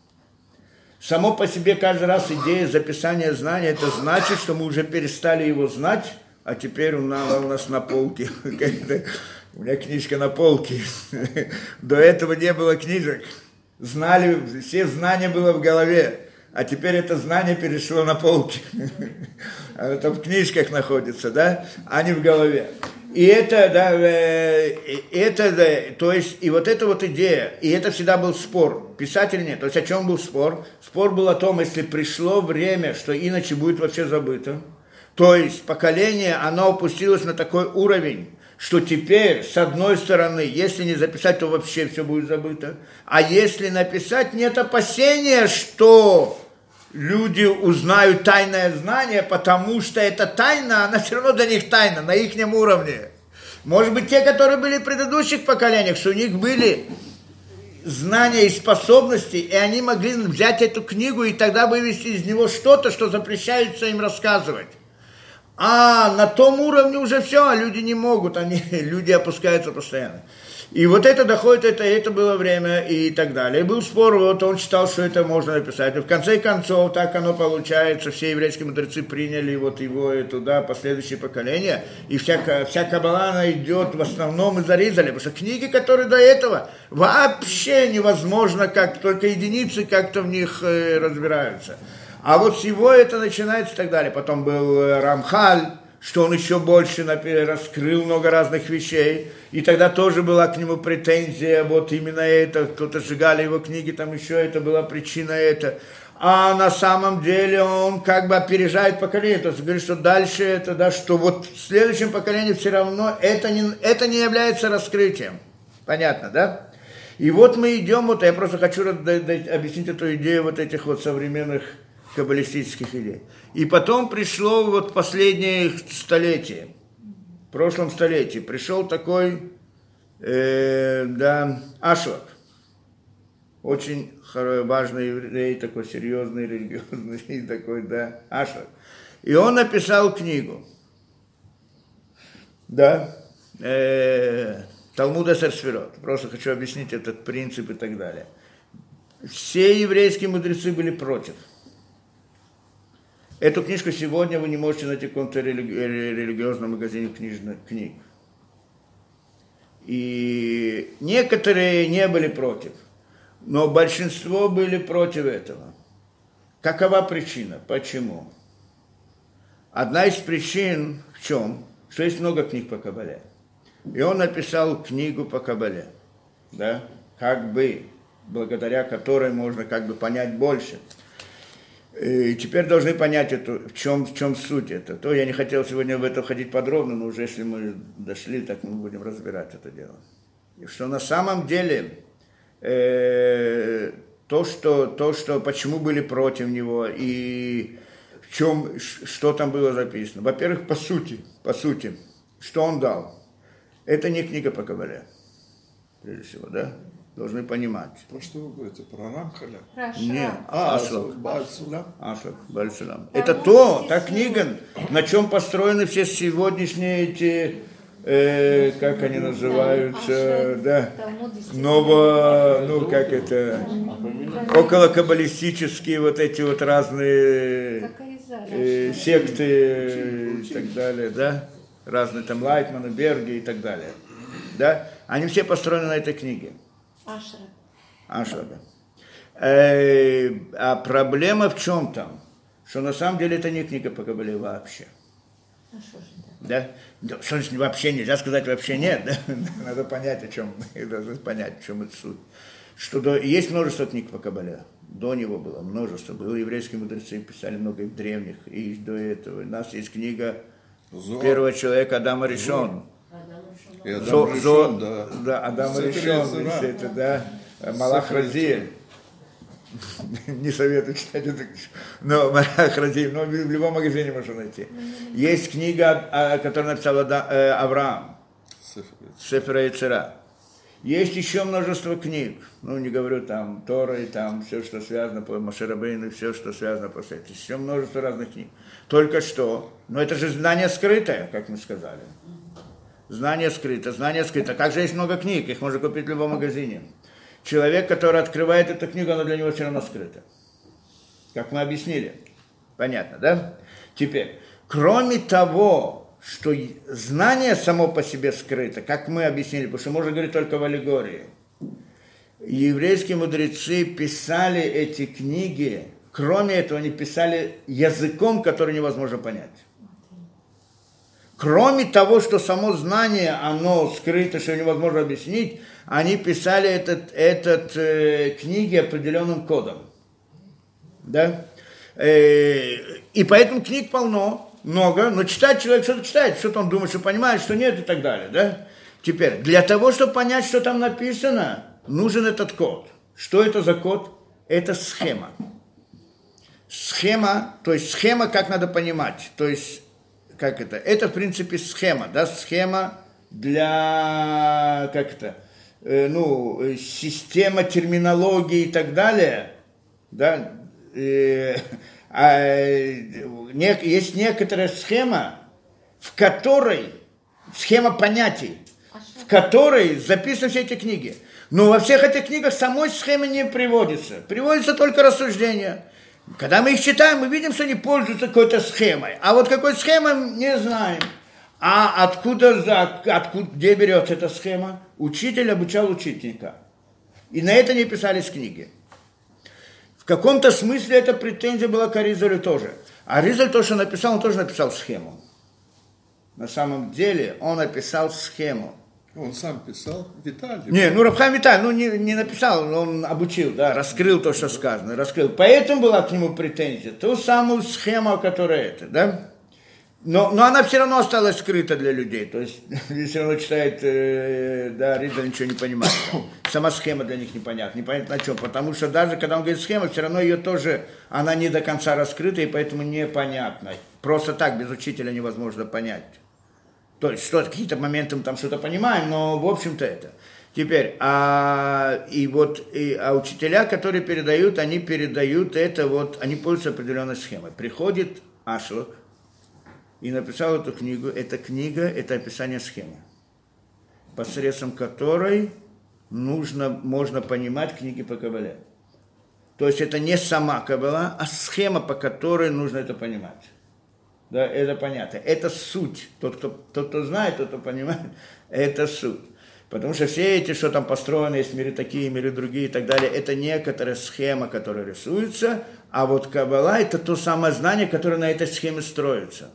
Само по себе каждый раз идея записания знания, это значит, что мы уже перестали его знать, а теперь у нас, у нас на полке, у меня книжка на полке. До этого не было книжек. Знали, все знания было в голове, а теперь это знание перешло на полки. Это в книжках находится, да, а не в голове. И это, да, это, да, то есть, и вот эта вот идея, и это всегда был спор, писать или нет. То есть, о чем был спор? Спор был о том, если пришло время, что иначе будет вообще забыто. То есть, поколение, оно опустилось на такой уровень, что теперь, с одной стороны, если не записать, то вообще все будет забыто. А если написать, нет опасения, что люди узнают тайное знание, потому что эта тайна, она все равно для них тайна, на их уровне. Может быть, те, которые были в предыдущих поколениях, что у них были знания и способности, и они могли взять эту книгу и тогда вывести из него что-то, что запрещается им рассказывать. А на том уровне уже все, люди не могут, они, люди опускаются постоянно. И вот это доходит, это, это было время и так далее. И был спор, вот он считал, что это можно написать. И в конце концов, так оно получается, все еврейские мудрецы приняли вот его и туда, последующее поколение. И вся, вся Каббала, она идет в основном из Аризаля, потому что книги, которые до этого, вообще невозможно, как только единицы как-то в них э, разбираются. А вот с его это начинается и так далее. Потом был Рамхаль, что он еще больше раскрыл много разных вещей, и тогда тоже была к нему претензия, вот именно это, кто-то сжигали его книги, там еще это была причина это. А на самом деле он как бы опережает поколение, то есть говорит, что дальше это, да, что вот в следующем поколении все равно это не, это не является раскрытием. Понятно, да? И вот мы идем, вот я просто хочу объяснить эту идею вот этих вот современных каббалистических идей. И потом пришло вот последнее столетие, в прошлом столетии, пришел такой, э, да, Ашлак, очень важный еврей, такой серьезный, религиозный, такой, да, Ашлак. И он написал книгу, да, э, Талмуд Эсер Сферот. Просто хочу объяснить этот принцип и так далее. Все еврейские мудрецы были против. Эту книжку сегодня вы не можете найти в каком-то религи- религиозном магазине книжных книг. И некоторые не были против, но большинство были против этого. Какова причина? Почему? Одна из причин в чем? Что есть много книг по Кабале. И он написал книгу по Кабале, да, как бы, благодаря которой можно как бы понять больше. И теперь должны понять, это, в, чем, в чем суть это. То я не хотел сегодня в это входить подробно, но уже если мы дошли, так мы будем разбирать это дело. И что на самом деле э, то, что, то, что, почему были против него и в чем, что там было записано. Во-первых, по сути, по сути, что он дал. Это не книга по Кабале, прежде всего, да? Должны понимать. Про что вы говорите? Про Рамхаля? Нет, а, Ашлак. Бааль-Сулам. Ашлак, Бааль-Сулам. Это то, та книга, на чем построены все сегодняшние эти, э, как они называются, да, ново, ну, как это, около каббалистические вот эти вот разные э, секты и так далее, да, разные там Лайтманы, Берги и так далее, да, они все построены на этой книге. Ашра. Ашра, да. Э, а проблема в чем там? Что на самом деле это не книга по Кабале вообще. А что же, да? Да? Что значит вообще нельзя сказать вообще нет, да? Надо понять, о чем, надо понять, в чем это суть. Что до, есть множество книг по Кабале. До него было множество. Было еврейские мудрецы, писали много и в древних, и до этого. У нас есть книга Зо. первого человека Адама Ришон. И Адам Зо, Ришон, Зо, да. Да, Адам Ришон, это, да, Малах Разиэль. Не советую читать эту книгу, но Малах Разиэль, но в любом магазине можно найти. Есть книга, которую написал Авраам, Сефер Яцера. Есть еще множество книг, ну не говорю там Тора и там все, что связано по Моше Рабейну, все, что связано по этому. Еще множество разных книг. Только что, но это же знание скрытое, как мы сказали. Знание скрыто, знание скрыто. Как же есть много книг, их можно купить в любом магазине. Человек, который открывает эту книгу, она для него все равно скрыта. Как мы объяснили. Понятно, да? Теперь, кроме того, что знание само по себе скрыто, как мы объяснили, потому что можно говорить только в аллегории. Еврейские мудрецы писали эти книги, кроме этого, они писали языком, который невозможно понять. Кроме того, что само знание, оно скрыто, что невозможно объяснить, они писали этот, этот, э, книги определенным кодом. Да? Э, и поэтому книг полно, много, но читать человек что-то читает, что-то он думает, что понимает, что нет и так далее. Да? Теперь, для того, чтобы понять, что там написано, нужен этот код. Что это за код? Это схема. Схема, то есть схема, как надо понимать, то есть как это? Это, в принципе, схема, да, схема для, как это, э, ну, система терминологии и так далее, да, э, э, не, есть некоторая схема, в которой, схема понятий, в которой записаны все эти книги. Но во всех этих книгах самой схемы не приводится, приводится только рассуждение. Когда мы их читаем, мы видим, что они пользуются какой-то схемой. А вот какой схемой, не знаем. А откуда, откуда, где берется эта схема? Учитель обучал ученика. И на это не писались книги. В каком-то смысле эта претензия была к Аризалю тоже. А Аризаль то, что написал, он тоже написал схему. На самом деле он написал схему. Он сам писал, Виталий. Не, ну Рабхам Виталий, ну не, не написал, он обучил, да, раскрыл то, что сказано, раскрыл. Поэтому была к нему претензия, ту самую схему, которая это, да. Но, но она все равно осталась скрыта для людей. То есть, если все равно читает, э, да, Ридер ничего не понимает. Сама схема для них непонятна. Непонятно на чем. Потому что даже когда он говорит схема, все равно ее тоже, она не до конца раскрыта, и поэтому непонятна. Просто так, без учителя невозможно понять. То есть, что какие-то моменты мы там что-то понимаем, но в общем-то это. Теперь, а, и вот, и, а учителя, которые передают, они передают это вот, они пользуются определенной схемой. Приходит Ашлах и написал эту книгу. Эта книга, это описание схемы, посредством которой нужно, можно понимать книги по Кабале. То есть это не сама Кабала, а схема, по которой нужно это понимать. Да, это понятно. Это суть. Тот, кто, тот, кто знает, тот, кто понимает, это суть. Потому что все эти, что там построены, есть миры такие, миры другие и так далее, это некоторая схема, которая рисуется, а вот Каббала – это то самое знание, которое на этой схеме строится.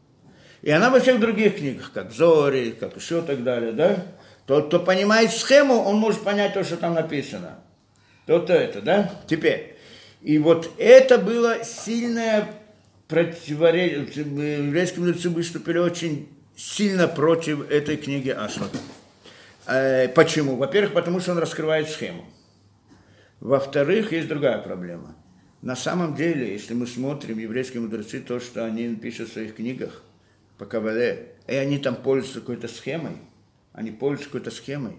И она во всех других книгах, как Зори, как еще так далее, да? Тот, кто понимает схему, он может понять то, что там написано. То-то это, да? Теперь. И вот это было сильное противоречие. Еврейские мудрецы выступили очень сильно против этой книги Ашлаха. Почему? Во-первых, потому что он раскрывает схему. Во-вторых, есть другая проблема. На самом деле, если мы смотрим еврейские мудрецы, то, что они пишут в своих книгах по Кабале, и они там пользуются какой-то схемой, они пользуются какой-то схемой,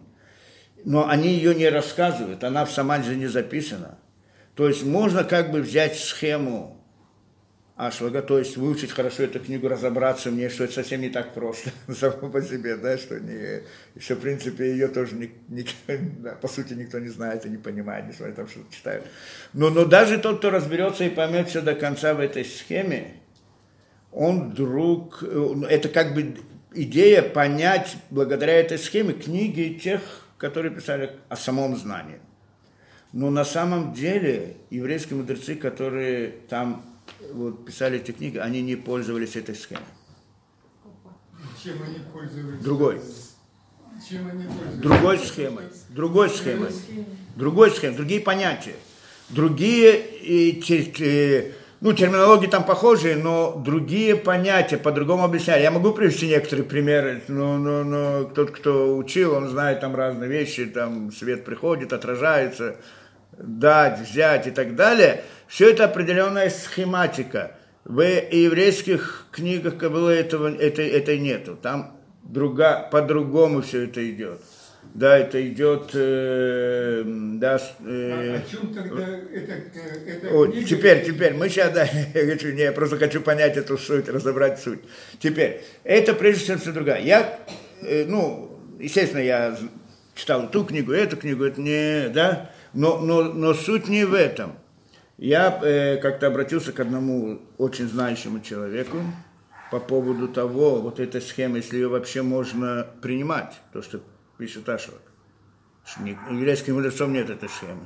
но они ее не рассказывают, она в самом деле не записана. То есть можно как бы взять схему Ашлага, то есть выучить хорошо эту книгу, разобраться мне, что это совсем не так просто, само по себе, да, что не, еще, в принципе, ее тоже не, не, да, по сути никто не знает и не понимает, несмотря на то, что читают. Но, но даже тот, кто разберется и поймет все до конца в этой схеме, он вдруг, это как бы идея понять благодаря этой схеме книги тех, которые писали о самом знании. Но на самом деле еврейские мудрецы, которые там вот, писали эти книги, они не пользовались этой схемой. Чем они пользовались? Другой. Чем они пользовались? Другой схемой. Другой схемой. Другой схемой. Другие понятия. Другие, и, и, ну, терминологии там похожие, но другие понятия по-другому объясняли. Я могу привести некоторые примеры, но, но, но тот, кто учил, он знает там разные вещи, там свет приходит, отражается, дать, взять и так далее. Все это определенная схематика. В еврейских книгах Каббалы этого, это, это нету. Там друга, по-другому все это идет. Да, это идет... Э, да, э, а о чем тогда это, это о, книга? Теперь, теперь, мы сейчас, да, я, хочу, не, я просто хочу понять эту суть, разобрать суть. Теперь, это прежде всего все другая. Я, э, ну, естественно, я читал ту книгу, эту книгу, это не, да, но, но, но суть не в этом. Я э, как-то обратился к одному очень знающему человеку по поводу того, вот этой схемы, если ее вообще можно принимать, то, что пишет Ашлах. Еврейским мудрецом нет этой схемы.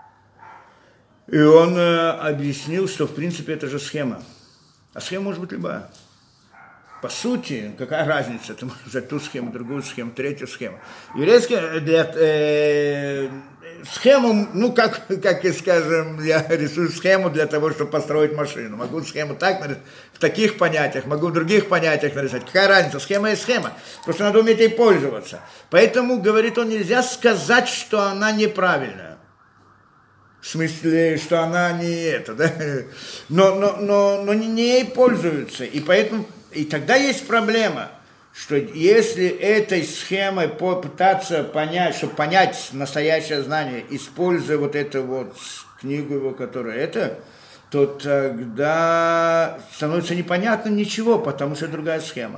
И он э, объяснил, что в принципе это же схема. А схема может быть любая. По сути, какая разница? Ты можешь взять ту схему, другую схему, третью схему. Еврейская для, э, схему, ну, как, как и скажем, я рисую схему для того, чтобы построить машину. Могу схему так нарисовать, в таких понятиях, могу в других понятиях нарисовать. Какая разница? Схема есть схема. Просто надо уметь ей пользоваться. Поэтому, говорит он, нельзя сказать, что она неправильная. В смысле, что она не это, да? Но, но, но, но не ей пользуются. И поэтому, и тогда есть проблема, что если этой схемой попытаться понять, чтобы понять настоящее знание, используя вот эту вот книгу его, которая это, то тогда становится непонятно ничего, потому что это другая схема.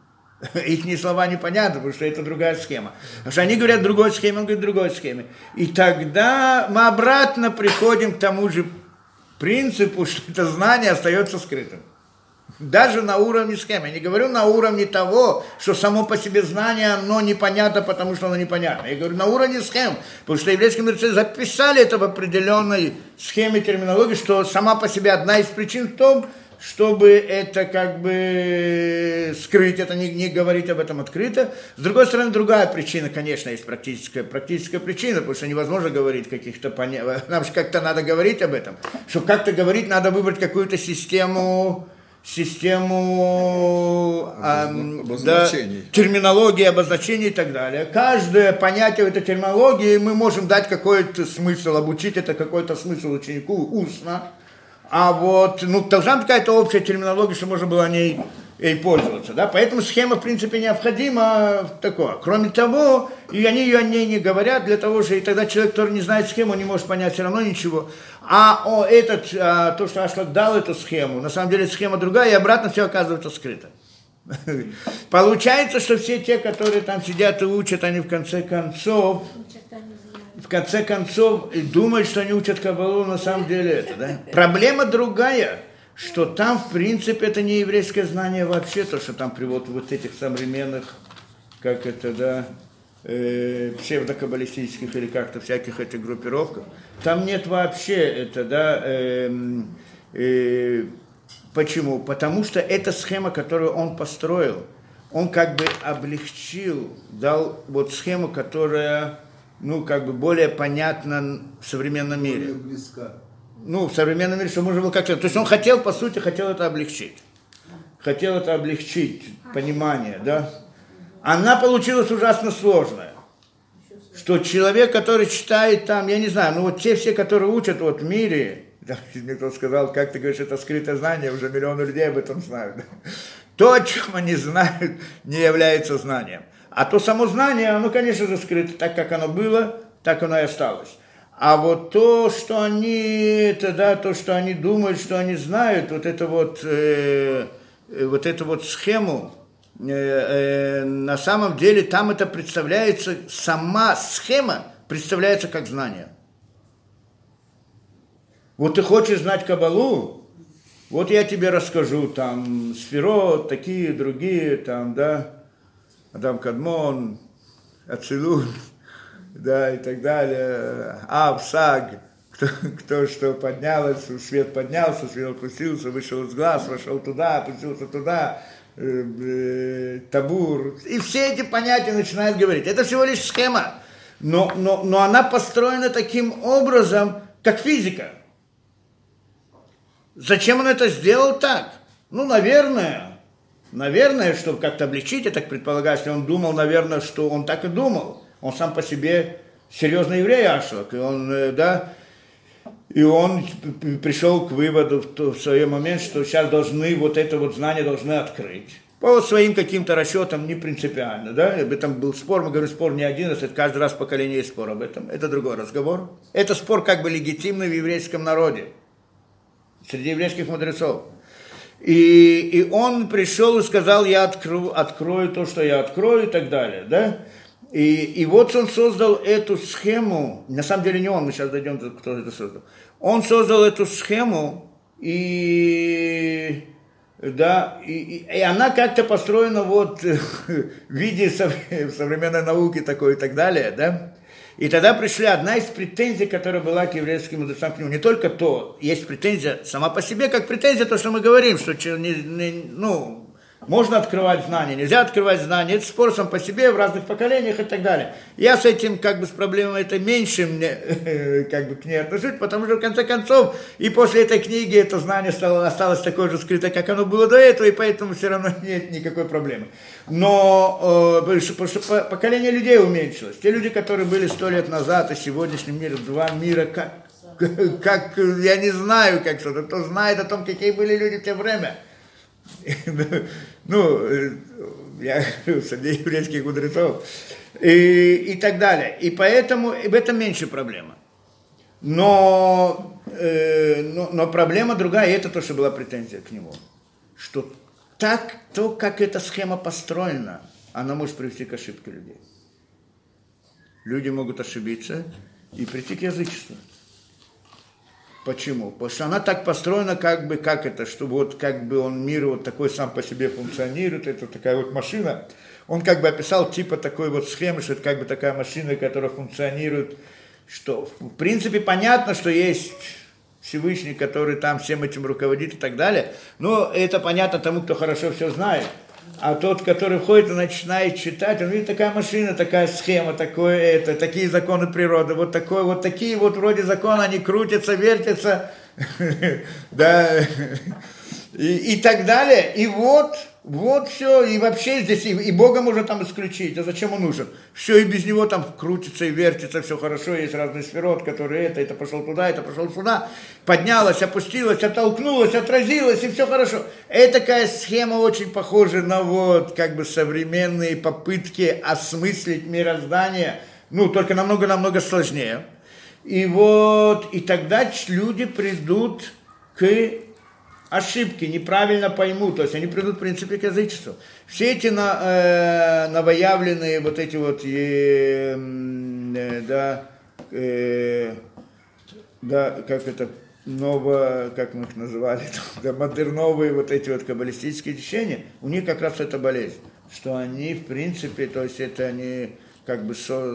Их слова непонятны, потому что это другая схема. Потому что они говорят другой схеме, он говорит другой схеме. И тогда мы обратно приходим к тому же принципу, что это знание остается скрытым. Даже на уровне схемы. Я не говорю на уровне того, что само по себе знание, оно непонятно, потому что оно непонятно. Я говорю на уровне схем, потому что еврейские мудрецы записали это в определенной схеме терминологии, что сама по себе одна из причин в том, чтобы это как бы скрыть, это не, не говорить об этом открыто. С другой стороны, другая причина, конечно, есть практическая, практическая причина, потому что невозможно говорить каких-то понятий. Нам же как-то надо говорить об этом. Чтобы как-то говорить, надо выбрать какую-то систему, систему эм, обозначений. Да, терминологии, обозначений и так далее. Каждое понятие в этой терминологии мы можем дать какой-то смысл, обучить это какой-то смысл ученику устно. А вот, ну, должна быть какая-то общая терминология, чтобы можно было о ней и пользоваться, да, поэтому схема, в принципе, необходима такое. Кроме того, и они ее о ней не говорят, для того же, и тогда человек, который не знает схему, не может понять все равно ничего. А о, этот, а, то, что Ашлак дал эту схему, на самом деле схема другая, и обратно все оказывается скрыто. Получается, что все те, которые там сидят и учат, они в конце концов, в конце концов думают, что они учат Кабалу, на самом деле это, да. Проблема другая, что там, в принципе, это не еврейское знание вообще, то, что там приводят вот этих современных, как это, да, э, псевдокаббалистических или как-то всяких этих группировках. Там нет вообще это, да, э, э, почему? Потому что эта схема, которую он построил, он как бы облегчил, дал вот схему, которая, ну, как бы более понятна в современном мире. Более близка. Ну, в современном мире, что можно было как-то... То есть он хотел, по сути, хотел это облегчить. Хотел это облегчить, понимание, да? Она получилась ужасно сложная. Что человек, который читает там, я не знаю, ну вот те все, которые учат вот в мире, да, мне кто сказал, как ты говоришь, это скрытое знание, уже миллионы людей об этом знают. Да? То, о чем они знают, не является знанием. А то само знание, оно, конечно же, скрыто. Так, как оно было, так оно и осталось. А вот то, что они, тогда, то, что они думают, что они знают, вот это вот, э, вот эту вот схему, э, э, на самом деле там это представляется, сама схема представляется как знание. Вот ты хочешь знать Кабалу, вот я тебе расскажу, там, Сферот, такие, другие, там, да, Адам Кадмон, Ацилут, да, и так далее, Ав, Саг, кто, кто что поднялось, свет поднялся, свет опустился, вышел из глаз, вошел туда, опустился туда, э, э, Табур, и все эти понятия начинают говорить. Это всего лишь схема, но, но, но она построена таким образом, как физика. Зачем он это сделал так? Ну, наверное, наверное, чтобы как-то облегчить, я так предполагаю, что он думал, наверное, что он так и думал. Он сам по себе серьезный еврей Ашлак, и он, да, и он пришел к выводу в, в свой момент, что сейчас должны вот это вот знание должны открыть. По своим каким-то расчетам не принципиально, да, об этом был спор, мы говорим, спор не один, это каждый раз в поколении есть спор об этом, это другой разговор. Это спор как бы легитимный в еврейском народе, среди еврейских мудрецов. И, и он пришел и сказал, я открою, открою то, что я открою и так далее, да. И, и вот он создал эту схему, на самом деле не он, мы сейчас дойдем, кто это создал. Он создал эту схему, и, да, и, и, и она как-то построена вот в виде современной науки такой и так далее, да. И тогда пришли одна из претензий, которая была к еврейским мудрецам к нему. Не только то, есть претензия сама по себе, как претензия, то, что мы говорим, что не, не, ну, можно открывать знания, нельзя открывать знания. Это спор сам по себе в разных поколениях и так далее. Я с этим, как бы, с проблемой это меньше мне, как бы, к ней отношусь, потому что, в конце концов, и после этой книги это знание стало, осталось такое же скрыто, как оно было до этого, и поэтому все равно нет никакой проблемы. Но э, потому что поколение людей уменьшилось. Те люди, которые были сто лет назад, и сегодняшний мир, два мира, как, как, я не знаю, как что-то, кто знает о том, какие были люди в то время. Ну, я говорю, среди еврейских мудрецов и, и так далее. И поэтому в этом меньше проблема. Но, э, но, но проблема другая, и это то, что была претензия к нему. Что так, то, как эта схема построена, она может привести к ошибке людей. Люди могут ошибиться и прийти к язычеству. Почему? Потому что она так построена, как бы, как это, что вот как бы он мир вот такой сам по себе функционирует, это такая вот машина. Он как бы описал типа такой вот схемы, что это как бы такая машина, которая функционирует, что в принципе понятно, что есть Всевышний, который там всем этим руководит и так далее, но это понятно тому, кто хорошо все знает. А тот, который входит и начинает читать, он видит такая машина, такая схема, такое это, такие законы природы, вот такое, вот такие вот вроде законы, они крутятся, вертятся, да, и, и так далее. И вот, вот все, и вообще здесь, и, и Бога можно там исключить, а зачем он нужен? Все, и без него там крутится и вертится, все хорошо, есть разные сферот, которые это, это пошел туда, это пошел сюда, поднялась, опустилась, оттолкнулась, отразилась, и все хорошо. Это такая схема очень похожа на вот, как бы современные попытки осмыслить мироздание, ну, только намного-намного сложнее. И вот, и тогда люди придут к ошибке, неправильно поймут, то есть они придут, в принципе, к язычеству. Все эти на, э, новоявленные вот эти вот, э, э, да, э, да, как это, ново, как мы их называли, да, модерновые вот эти вот каббалистические течения, у них как раз это болезнь, что они, в принципе, то есть это они как бы со,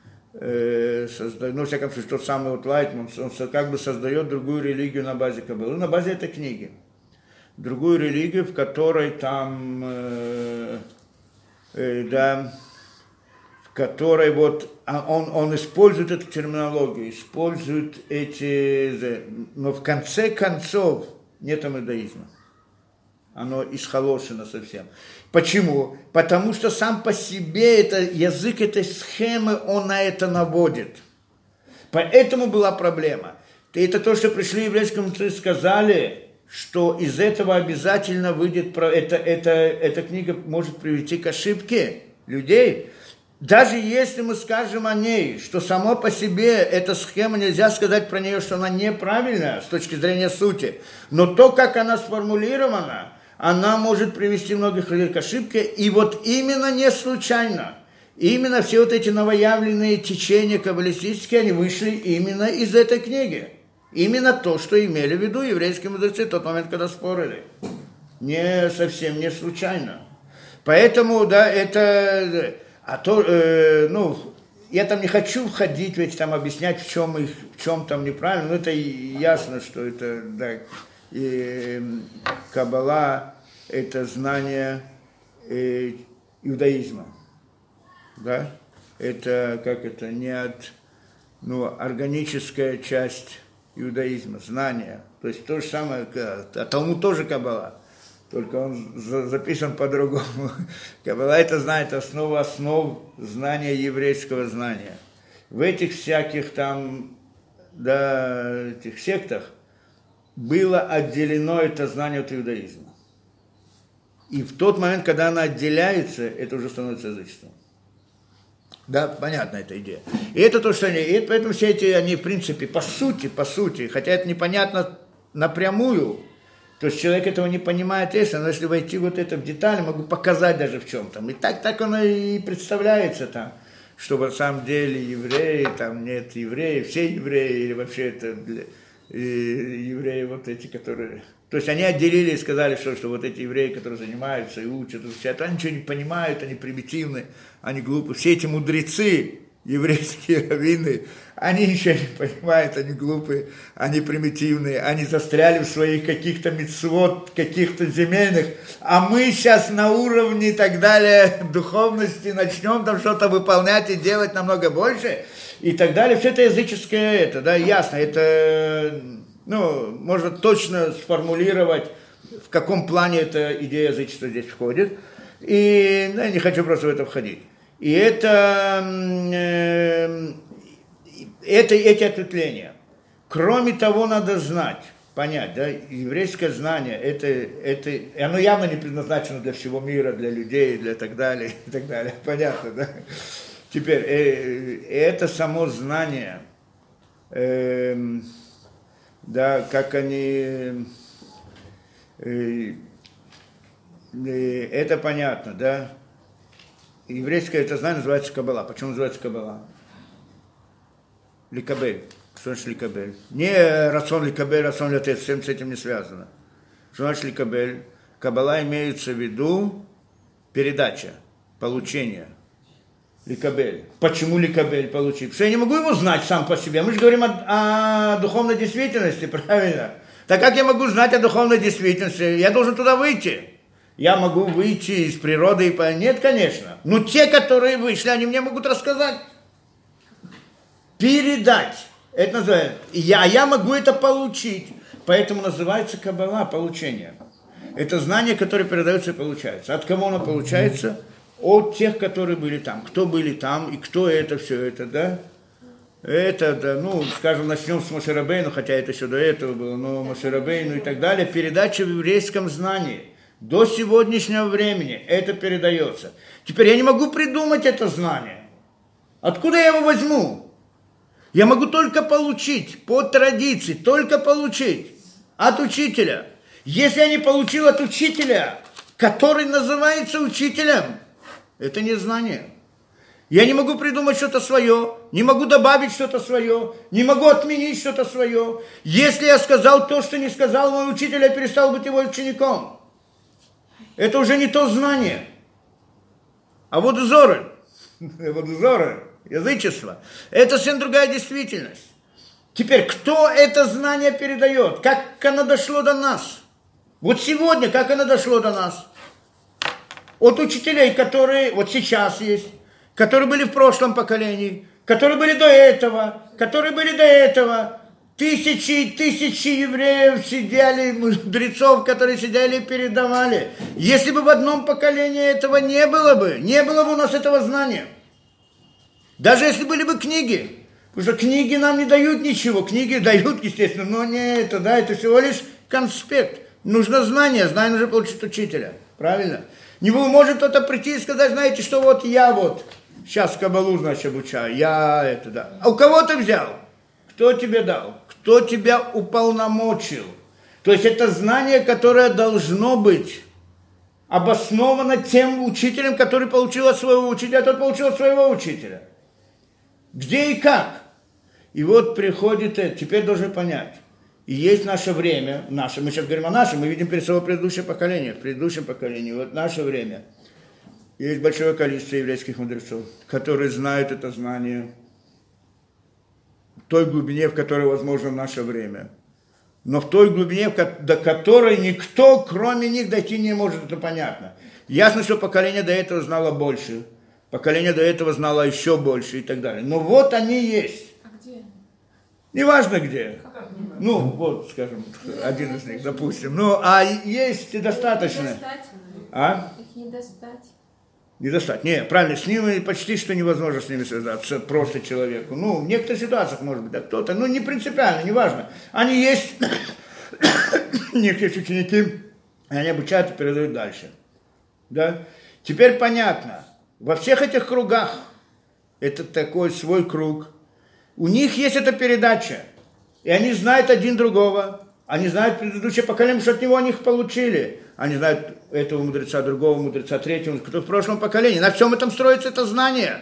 э, создают, ну, во всяком случае, тот самый вот Лайтман, он как бы создает другую религию на базе каббалы, на базе этой книги. Другую религию, в которой там, э, э, да, в которой вот он, он использует эту терминологию, использует эти, но в конце концов нет иудаизма. Оно исхолошено совсем. Почему? Потому что сам по себе это, язык этой схемы, он на это наводит. Поэтому была проблема. И это то, что пришли еврейскому мудрецы и сказали, что из этого обязательно выйдет, это, это, эта книга может привести к ошибке людей. Даже если мы скажем о ней, что само по себе эта схема, нельзя сказать про нее, что она неправильная с точки зрения сути, но то, как она сформулирована, она может привести многих людей к ошибке, и вот именно не случайно. Именно все вот эти новоявленные течения каббалистические, они вышли именно из этой книги. Именно то, что имели в виду еврейские мудрецы в тот момент, когда спорили. Не совсем не случайно. Поэтому, да, это... А то, э, ну, я там не хочу входить, ведь там объяснять, в чем их, в чем там неправильно. Но это ясно, что это, да, и, каббала – это знание э, иудаизма. Да? Это, как это, не от, ну, органическая часть иудаизма, знания. То есть то же самое, а Талмуд тоже каббала, только он записан по-другому. Каббала – это знает основу основ знания еврейского знания. В этих всяких там, да, этих сектах было отделено это знание от иудаизма. И в тот момент, когда она отделяется, это уже становится язычеством. Да, понятна эта идея. И это то, что они... И это, поэтому все эти, они, в принципе, по сути, по сути, хотя это непонятно напрямую, то есть человек этого не понимает, если, но если войти вот это в детали, могу показать даже в чем там. И так, так оно и представляется там, что на самом деле евреи, там нет евреев, все евреи, или вообще это для, евреи вот эти, которые... То есть они отделили и сказали, что, что вот эти евреи, которые занимаются и учат, учат, они ничего не понимают, они примитивны, они глупы. Все эти мудрецы, еврейские раввины, они ничего не понимают, они глупые, они примитивные, они застряли в своих каких-то мицвот, каких-то земельных, а мы сейчас на уровне и так далее духовности начнем там что-то выполнять и делать намного больше и так далее. Все это языческое, это, да, ясно, это... Ну, можно точно сформулировать, в каком плане эта идея язычества здесь входит. И ну, я не хочу просто в это входить. И это, э, это эти ответвления. Кроме того, надо знать, понять, да, еврейское знание, это, это, оно явно не предназначено для всего мира, для людей, для так далее, и так далее. Понятно, да? Теперь, э, это само знание... Э, да, как они, э, э, это понятно, да, еврейское это знание называется каббала. Почему называется каббала? Ликабель. Что значит ликабель? Не рацион ликабель, рацион летет, всем с этим не связано. Что значит ликабель? Каббала имеется в виду передача, получение. Ликабель. Почему ликабель получить? Потому что я не могу его знать сам по себе. Мы же говорим о, о духовной действительности, правильно? Так как я могу знать о духовной действительности? Я должен туда выйти. Я могу выйти из природы и понять. Нет, конечно. Но те, которые вышли, они мне могут рассказать. Передать. Это называется. Я, я могу это получить. Поэтому называется каббала, получение. Это знание, которое передается и получается. От кого оно получается? От тех, которые были там. Кто были там и кто это все это, да? Это, да, ну, скажем, начнем с Моше Рабейну, хотя это еще до этого было, но Моше Рабейну и так далее. Передача в еврейском знании. До сегодняшнего времени это передается. Теперь я не могу придумать это знание. Откуда я его возьму? Я могу только получить по традиции, только получить от учителя. Если я не получил от учителя, который называется учителем, это не знание. Я не могу придумать что-то свое, не могу добавить что-то свое, не могу отменить что-то свое. Если я сказал то, что не сказал мой учитель, я перестал быть его учеником. Это уже не то знание. А вот зоры, вот зоры, язычество, это совсем другая действительность. Теперь, кто это знание передает? Как оно дошло до нас? Вот сегодня, как оно дошло до нас? От учителей, которые вот сейчас есть, которые были в прошлом поколении, которые были до этого, которые были до этого. Тысячи и тысячи евреев сидели, мудрецов, которые сидели и передавали. Если бы в одном поколении этого не было бы, не было бы у нас этого знания. Даже если были бы книги. Потому что книги нам не дают ничего. Книги дают, естественно, но не это, да, это всего лишь конспект. Нужно знание, знание нужно получить учителя. Правильно? Не может кто-то прийти и сказать, знаете, что вот я вот сейчас кабалу, значит, обучаю. Я это, да. А у кого ты взял? Кто тебе дал? Кто тебя уполномочил? То есть это знание, которое должно быть обосновано тем учителем, который получил от своего учителя, а тот получил от своего учителя. Где и как? И вот приходит это, теперь должны понять. И есть наше время, наше, мы сейчас говорим о нашем, мы видим перед собой предыдущее поколение, в предыдущем поколении, вот наше время. Есть большое количество еврейских мудрецов, которые знают это знание в той глубине, в которой возможно в наше время. Но в той глубине, до которой никто, кроме них, дойти не может, это понятно. Ясно, что поколение до этого знало больше, поколение до этого знало еще больше и так далее. Но вот они есть. А где? Неважно где. Ну, вот, скажем, один из них, допустим. Ну, а есть достаточно. Их не достать. А? Их не достать. Не достать. Не, правильно, с ними почти что невозможно с ними связаться, просто человеку. Ну, в некоторых ситуациях, может быть, да, кто-то, ну, не принципиально, неважно. Они есть, у них есть ученики, и они обучают и передают дальше. Да? Теперь понятно, во всех этих кругах, это такой свой круг, у них есть эта передача, и они знают один другого, они знают предыдущее поколение, что от него они их получили. Они знают этого мудреца, другого мудреца, третьего, кто в прошлом поколении. На всем этом строится это знание.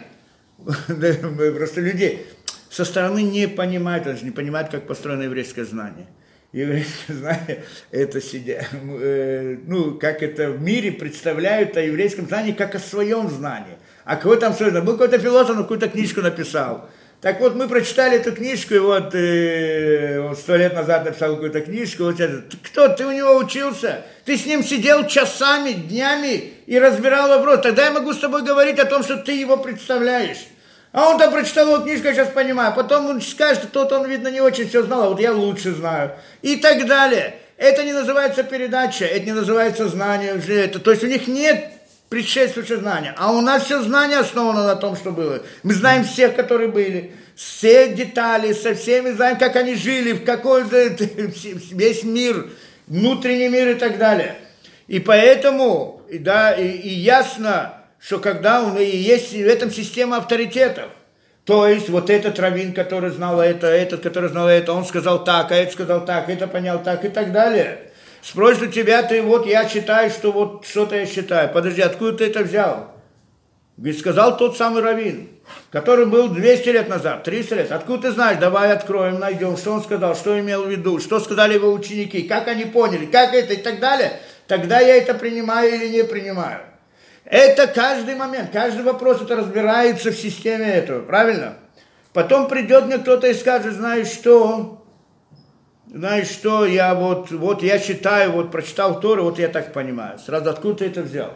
Просто люди со стороны не понимают, даже не понимают, как построено еврейское знание. Еврейское знание, это сидя, ну, как это в мире представляют о еврейском знании, как о своем знании. А кого там свое знание? Был какой-то философ, он какую-то книжку написал. Так вот, мы прочитали эту книжку, и вот э, сто лет назад написал какую-то книжку. Вот это. Кто? Ты у него учился? Ты с ним сидел часами, днями и разбирал вопрос. Тогда я могу с тобой говорить о том, что ты его представляешь. А он там прочитал его книжку, я сейчас понимаю. Потом он скажет, что тот, он, видно, не очень все знал, а вот я лучше знаю. И так далее. Это не называется передача, это не называется знание уже. Это, то есть у них нет предшествующее знание. А у нас все знание основано на том, что было. Мы знаем всех, которые были. Все детали, со всеми знаем, как они жили, в какой-то весь мир, внутренний мир и так далее. И поэтому, да, и, и ясно, что когда у нас есть в этом система авторитетов, то есть вот этот раввин, который знал это, этот, который знал это, он сказал так, а этот сказал так, это понял так и так далее. Спросят у тебя, ты вот, я считаю, что вот что-то я считаю. Подожди, откуда ты это взял? Говорит, сказал тот самый раввин, который был двести лет назад, триста лет. Откуда ты знаешь? Давай откроем, найдем, что он сказал, что имел в виду, что сказали его ученики, как они поняли, как это и так далее. Тогда я это принимаю или не принимаю. Это каждый момент, каждый вопрос, это разбирается в системе этого, правильно? Потом придет мне кто-то и скажет, знаешь что... Знаешь что, я вот, вот я считаю, вот прочитал Тору, вот я так понимаю. Сразу откуда ты это взял?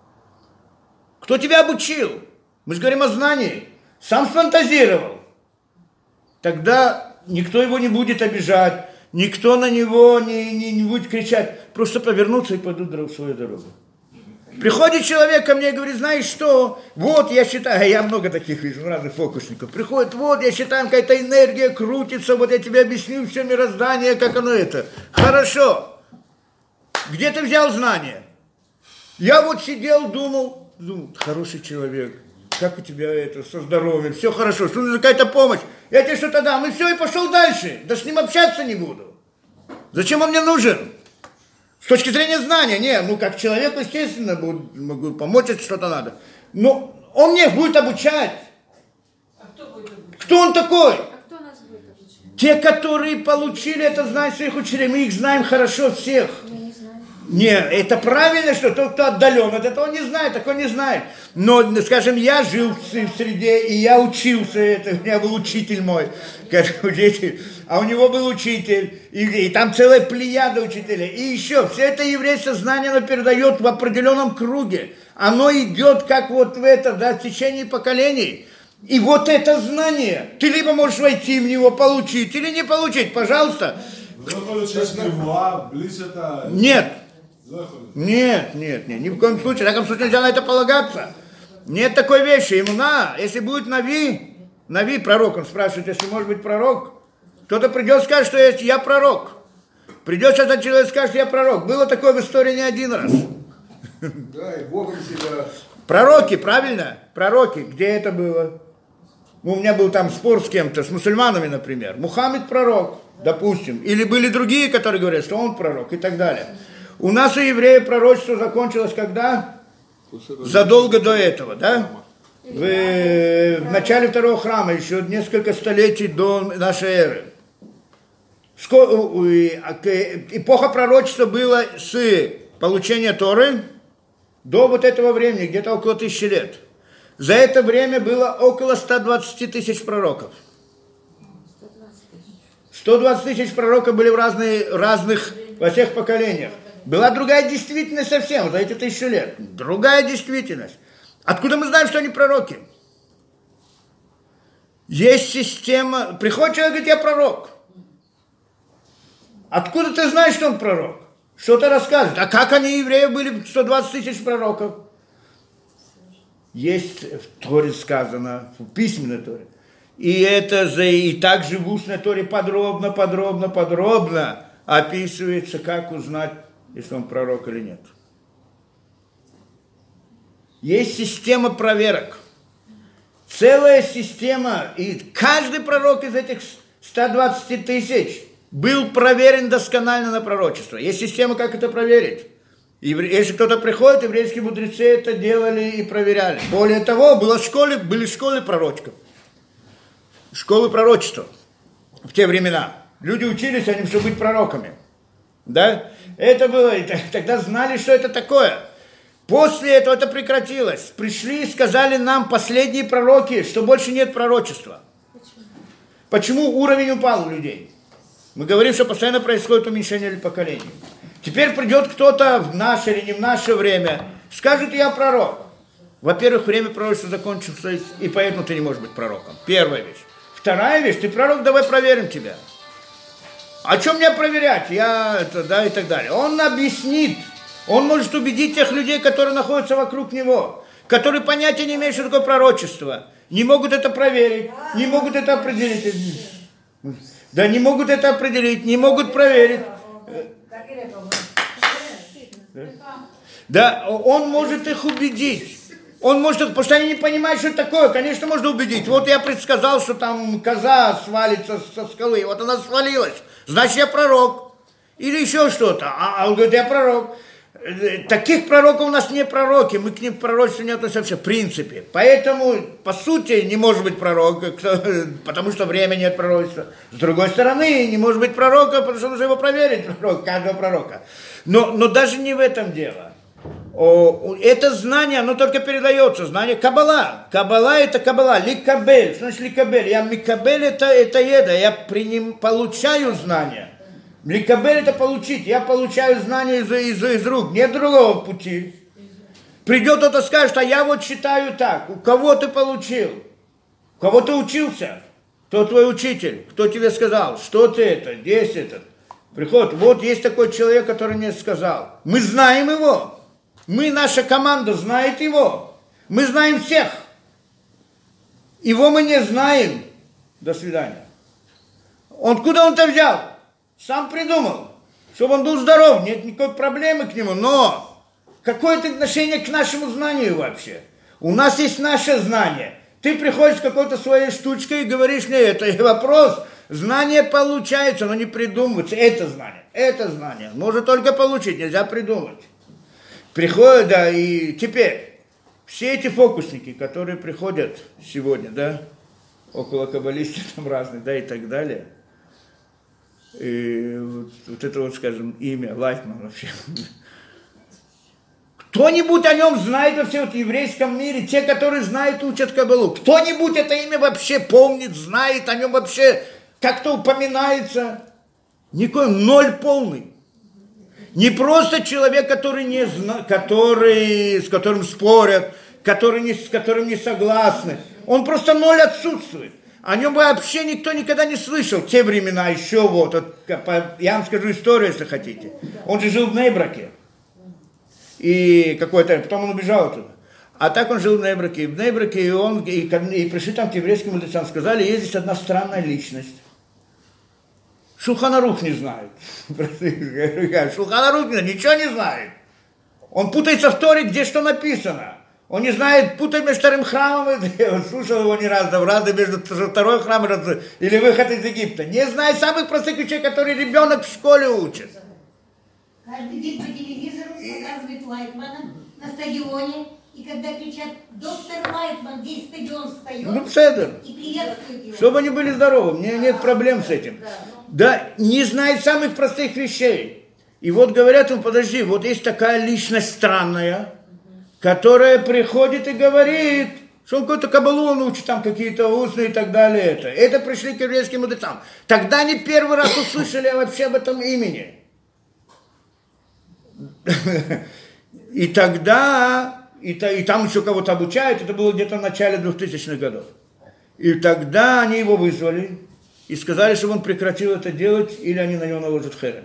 Кто тебя обучил? Мы же говорим о знании. Сам сфантазировал. Тогда никто его не будет обижать, Никто на него не, не, не будет кричать. Просто повернуться и пойдут в свою дорогу. Приходит человек ко мне и говорит, знаешь что, вот я считаю, а я много таких вижу, разных фокусников. Приходит, вот я считаю, какая-то энергия крутится, вот я тебе объясню все мироздание, как оно это. Хорошо. Где ты взял знания? Я вот сидел, думал, думал, хороший человек, как у тебя это, со здоровьем, все хорошо, что нужна какая-то помощь. Я тебе что-то дам, и все, и пошел дальше. Да с ним общаться не буду. Зачем он мне нужен? С точки зрения знания, не, ну как человек, естественно, буду, могу помочь, если что-то надо. Но он мне будет обучать. А кто будет обучать? Кто он такой? А кто нас будет обучать? Те, которые получили это знание своих учителей, мы их знаем хорошо всех. Мы не знаем. Нет, это правильно, что тот, кто отдален от этого, он не знает, такой не знает. Но, скажем, я жил в среде, и я учился, это, у меня был учитель мой, учитель, а у него был учитель, и, и там целая плеяда учителей. И еще, все это еврейское знание, оно передает в определенном круге. Оно идет как вот в это, да, в течение поколений. И вот это знание, ты либо можешь войти в него, получить, или не получить, пожалуйста. Нет. Нет, нет, нет, ни в коем случае. В таком случае нельзя на это полагаться. Нет такой вещи. Ему на, если будет Нави, Нави, пророк, он спрашивает, если может быть пророк, кто-то придет и скажет, что я, я пророк. Придет этот человек и скажет, что я пророк. Было такое в истории не один раз. Да, и Богом себя. Пророки, правильно? Пророки. Где это было? У меня был там спор с кем-то, с мусульманами, например. Мухаммед пророк, допустим. Или были другие, которые говорят, что он пророк и так далее. У нас у евреев пророчество закончилось когда? Задолго до этого, да? В, в начале второго храма, еще несколько столетий до нашей эры. Эпоха пророчества была с получения Торы до вот этого времени, где-то около тысячи лет. За это время было около ста двадцати тысяч пророков. сто двадцать тысяч пророков были в разные, разных, во всех поколениях. Была другая действительность совсем за эти тысячу лет. Другая действительность. Откуда мы знаем, что они пророки? Есть система... Приходит человек и говорит, я пророк. Откуда ты знаешь, что он пророк? Что-то рассказывает. А как они, евреи, были сто двадцать тысяч пророков? Есть в Торе сказано, в письменной Торе. И это за, и также в устной Торе подробно, подробно, подробно описывается, как узнать, если он пророк или нет. Есть система проверок. Целая система. И каждый пророк из этих ста двадцати тысяч был проверен досконально на пророчество. Есть система, как это проверить. Если кто-то приходит, еврейские мудрецы это делали и проверяли. Более того, было в школе, были школы пророчков. Школы пророчества в те времена. Люди учились, они, чтобы быть пророками. Да? Это было, и тогда знали, что это такое. После этого это прекратилось. Пришли и сказали нам последние пророки, что больше нет пророчества. Почему? Почему уровень упал у людей? Мы говорим, что постоянно происходит уменьшение поколений. Теперь придет кто-то в наше или не в наше время, скажет, я пророк. Во-первых, время пророчества закончилось, и поэтому ты не можешь быть пророком. Первая вещь. Вторая вещь, ты пророк, давай проверим тебя. А что мне проверять? Я, это, да, и так далее. Он объяснит, он может убедить тех людей, которые находятся вокруг него, которые понятия не имеют, что такое пророчество, не могут это проверить, не могут это определить. Да, не могут это определить, не могут проверить. Да, он может их убедить. Он может, потому что они не понимают, что это такое. Конечно, можно убедить. Вот я предсказал, что там коза свалится со скалы. Вот она свалилась. Значит, я пророк. Или еще что-то. А он говорит, я пророк. Таких пророков у нас не пророки. Мы к ним к пророчеству не относимся вообще, в принципе. Поэтому, по сути, не может быть пророк, потому что время нет пророчества. С другой стороны, не может быть пророка, потому что нужно его проверить, пророк, каждого пророка. Но, но даже не в этом дело. О, это знание, оно только передается, знание Каббала. Каббала это Каббала, ликабель. Что значит ликабель? Я микабель это, это еда, я приним, получаю знания. Ликабель это получить, я получаю знания из, из, из рук, нет другого пути. Придет кто-то и скажет, а я вот считаю так, у кого ты получил? У кого ты учился? Кто твой учитель? Кто тебе сказал? Что ты это? Здесь это? Приходит, вот есть такой человек, который мне сказал. Мы знаем его. Мы, наша команда, знает его. Мы знаем всех. Его мы не знаем. До свидания. Он куда он-то взял? Сам придумал. Чтобы он был здоров, нет никакой проблемы к нему. Но какое-то отношение к нашему знанию вообще? У нас есть наше знание. Ты приходишь с какой-то своей штучкой и говоришь мне, это вопрос. Знание получается, но не придумывается. Это знание. Это знание. Можно только получить, нельзя придумать. Приходят, да, и теперь все эти фокусники, которые приходят сегодня, да, около каббалистов там разные, да, и так далее. И вот, вот это вот, скажем, имя Лайтман вообще. Кто-нибудь о нем знает вообще вот в еврейском мире, те, которые знают, учат каббалу. Кто-нибудь это имя вообще помнит, знает, о нем вообще как-то упоминается. Никакой ноль полный. Не просто человек, который не зна... который, с которым спорят, который не... с которым не согласны. Он просто ноль отсутствует. О нем вообще никто никогда не слышал. Те времена еще вот. вот я вам скажу историю, если хотите. Он же жил в Нейбраке. И какой-то... Потом он убежал оттуда. А так он жил в Нейбраке. В Нейбраке, и, он, и, и пришли там к еврейским мудрецам. Сказали, есть здесь одна странная личность. Шулхан Арух не знает. Шулхан Арух ничего не знает. Он путается в Торе, где что написано. Он не знает, путает между вторым храмом, он слушал его не раз, да в разы между второй храмом или выход из Египта. Не знает самых простых вещей, которые ребенок в школе учит. Каждый день по телевизору показывает Лайтмана на стадионе, и когда кричат «Доктор Лайтман», здесь стадион встает ну, и приветствует его. Чтобы они были здоровы, мне нет проблем с этим. Да, не знает самых простых вещей. И вот говорят ему, подожди, вот есть такая личность странная, которая приходит и говорит, что он какой-то кабалу он учит, там какие-то устные и так далее. Это, это пришли к еврейским мудрецам. Тогда они первый раз услышали вообще об этом имени. И тогда, и, и там еще кого-то обучают, это было где-то в начале двухтысячных годов. И тогда они его вызвали и сказали, чтобы он прекратил это делать, или они на него наложат херем.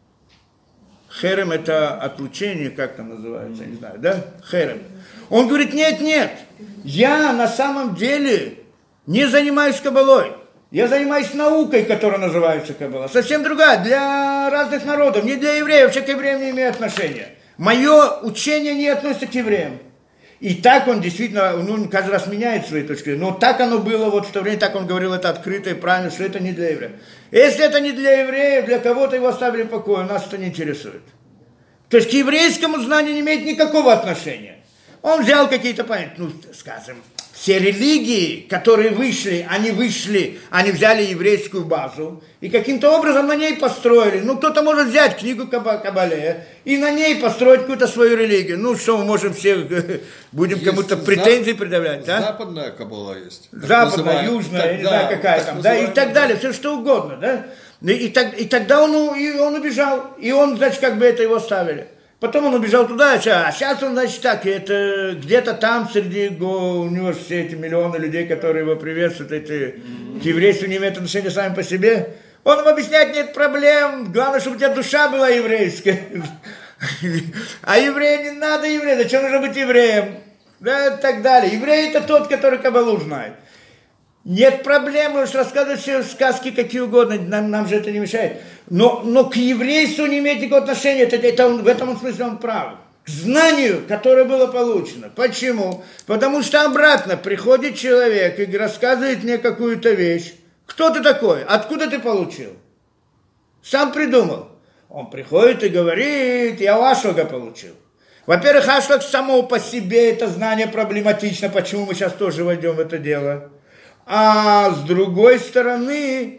Херем это отлучение, как там называется, я не знаю, да? Херем. Он говорит, нет, нет, я на самом деле не занимаюсь кабалой. Я занимаюсь наукой, которая называется кабала. Совсем другая, для разных народов, не для евреев, вообще к евреям не имеет отношения. Мое учение не относится к евреям. И так он действительно, ну, каждый раз меняет свои точки. Но так оно было вот в то время, так он говорил это открыто и правильно, что это не для евреев. Если это не для евреев, для кого-то его оставили в покое, нас это не интересует. То есть к еврейскому знанию не имеет никакого отношения. Он взял какие-то понятия, ну, скажем, все религии, которые вышли, они вышли, они взяли еврейскую базу и каким-то образом на ней построили. Ну, кто-то может взять книгу Кабале и на ней построить какую-то свою религию. Ну, что мы можем все, будем есть кому-то претензии зап... предъявлять, да? Западная Кабала есть. Западная, южная, так, я не да, знаю, какая там, да, и так далее, все что угодно, да? И, и, так, и тогда он, и он убежал, и он, значит, как бы это его ставили. Потом он убежал туда, а сейчас он, значит, так, это где-то там среди го, у него все эти миллионы людей, которые его приветствуют, эти mm-hmm. к еврейству не имеют отношения сами по себе. Он им объясняет, нет проблем, главное, чтобы у тебя душа была еврейская. А евреям не надо евреям, зачем нужно быть евреем? Да, и так далее. Еврей это тот, который кабалу знает. Нет проблем, уж рассказывать все сказки какие угодно, нам, нам же это не мешает. Но, но к еврейству не имеет никакого отношения, это, это он, в этом смысле он прав. К знанию, которое было получено. Почему? Потому что обратно приходит человек и рассказывает мне какую-то вещь. Кто ты такой? Откуда ты получил? Сам придумал. Он приходит и говорит, я у Ашлага получил. Во-первых, Ашлаг само по себе это знание проблематично, почему мы сейчас тоже войдем в это дело. А с другой стороны,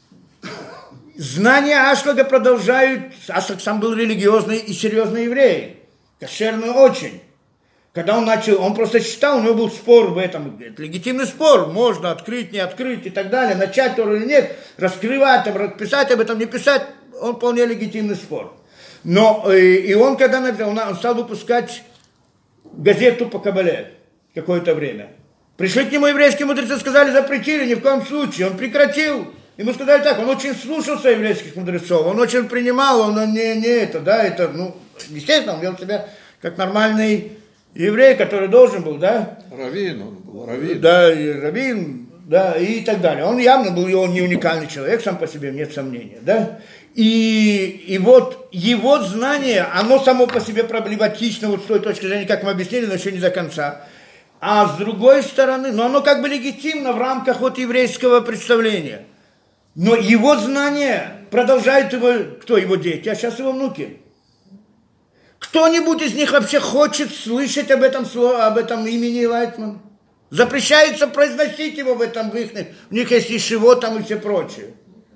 знания Ашлага продолжают... Ашлаг сам был религиозный и серьезный еврей. Кошерный очень. Когда он начал, он просто читал, у него был спор в этом. Это легитимный спор. Можно открыть, не открыть и так далее. Начать Тору или нет. Раскрывать, писать об этом, не писать. Он вполне легитимный спор. Но и, и он, когда он, он стал выпускать газету по Кабале какое-то время. Пришли к нему еврейские мудрецы, сказали, запретили, ни в коем случае. Он прекратил. Ему сказали так, он очень слушался еврейских мудрецов, он очень принимал, он не, не это, да, это, ну, естественно, он вел себя как нормальный еврей, который должен был, да. Раввин, он был раввин. Да, и раввин, да, и так далее. Он явно был, он не уникальный человек сам по себе, нет сомнения, да. И, и вот его знание, оно само по себе проблематично, вот с той точки зрения, как мы объяснили, но еще не до конца. А с другой стороны, ну оно как бы легитимно в рамках вот еврейского представления. Но его знание продолжает его, кто его дети, а сейчас его внуки. Кто-нибудь из них вообще хочет слышать об этом, об этом имени Лайтман? Запрещается произносить его в этом, в их, у них есть ишивот там и все прочее.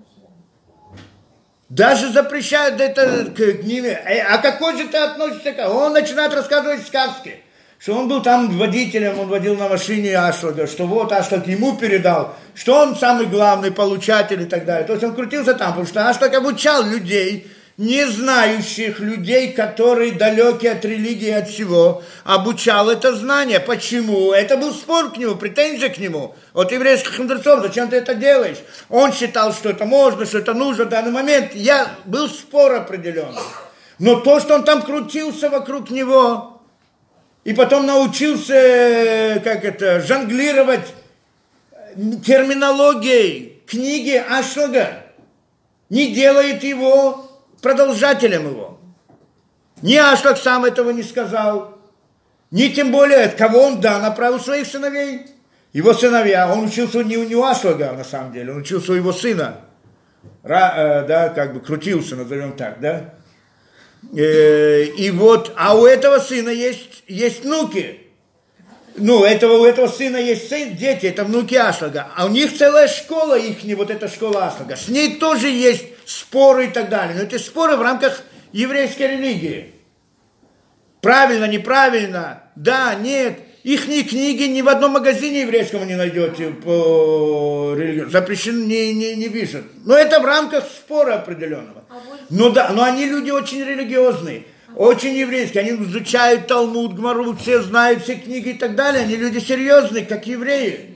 Даже запрещают это к ним. А какой же ты относишься к... Он начинает рассказывать сказки, что он был там водителем, он водил на машине Ашлага, что вот Ашлаг ему передал, что он самый главный получатель и так далее. То есть он крутился там, потому что Ашлаг обучал людей, не знающих людей, которые далеки от религии, от всего, обучал это знание. Почему? Это был спор к нему, претензия к нему от еврейских мудрецов. Зачем ты это делаешь? Он считал, что это можно, что это нужно в данный момент. Я, был спор определенный. Но то, что он там крутился вокруг него, и потом научился, как это, жонглировать терминологией книги Ашлага, не делает его продолжателем его. Ни Ашлаг сам этого не сказал, ни тем более, от кого он, да, направил своих сыновей. Его сыновья, он учился не у него Ашлага, на самом деле, он учился у его сына. Ра, э, да, как бы крутился, назовем так, да. Э, и вот, а у этого сына есть, есть внуки. Ну, этого, у этого сына есть сын, дети, это внуки Ашлага. А у них целая школа их, вот эта школа Ашлага. С ней тоже есть споры и так далее. Но это споры в рамках еврейской религии. Правильно, неправильно, да, нет. Их книги ни в одном магазине еврейском не найдете по религии. Запрещено, не, не, не пишут. Но это в рамках спора определенного. Но да, но они люди очень религиозные. Очень еврейские, они изучают Талмуд, Гмару, все знают все книги и так далее, они люди серьезные, как евреи.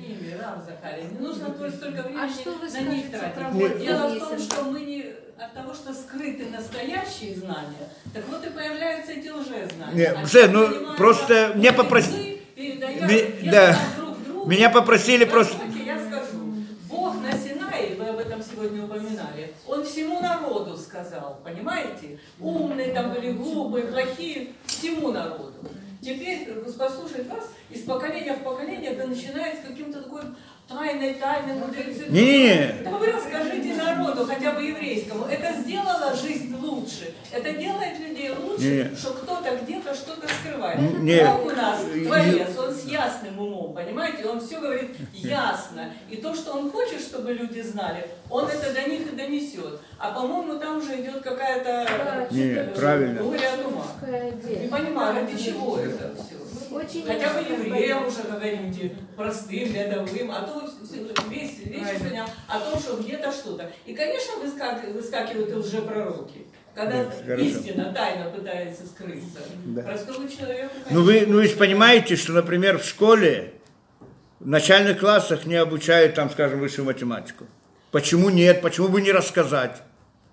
Не нужно столько времени А что вы на них скажете тратить. про Дело в Бога, том, если- что мы не от того, что скрыты настоящие знания, так вот и появляются эти лжезнания. Нет, А Зе, те ну, занимаются просто меня вот попроси- мы передаем Ми- где-то да. там друг другу. Меня попросили просто- Позвольте, я скажу. Бог на Синае, вы об этом сегодня упоминали, он всему народу сказал, понимаете? Умные там были, глупые, плохие, всему народу. Теперь послушать вас, из поколения в поколение это начинает с каким-то такой тайной, тайной мудрецы. Не-не-не. Да вы расскажите народу, хотя бы еврейскому. Это сделало жизнь лучше. Это делает людей лучше, Не-не. что кто-то где-то что-то скрывает. Не. Бог у нас творец, он с ясным умом, понимаете? Он все говорит ясно. И то, что он хочет, чтобы люди знали, он это до них и донесет. А по-моему, там уже идет какая-то Не, э, правильно. горе от ума. Не понимаю, ради чего это все. Очень Хотя бы ясно евреям уже говорите, простым, рядовым, а то весь вещь понял, о том, что где-то что-то. И, конечно, выскак- выскакивают и лжепророки, когда Да, хорошо. истина, тайна пытается скрыться. Да. Простому человеку, Ну вы, конечно, ну вы же понимаете, что, например, в школе, в начальных классах не обучают, там, скажем, высшую математику. Почему нет? Почему бы не рассказать?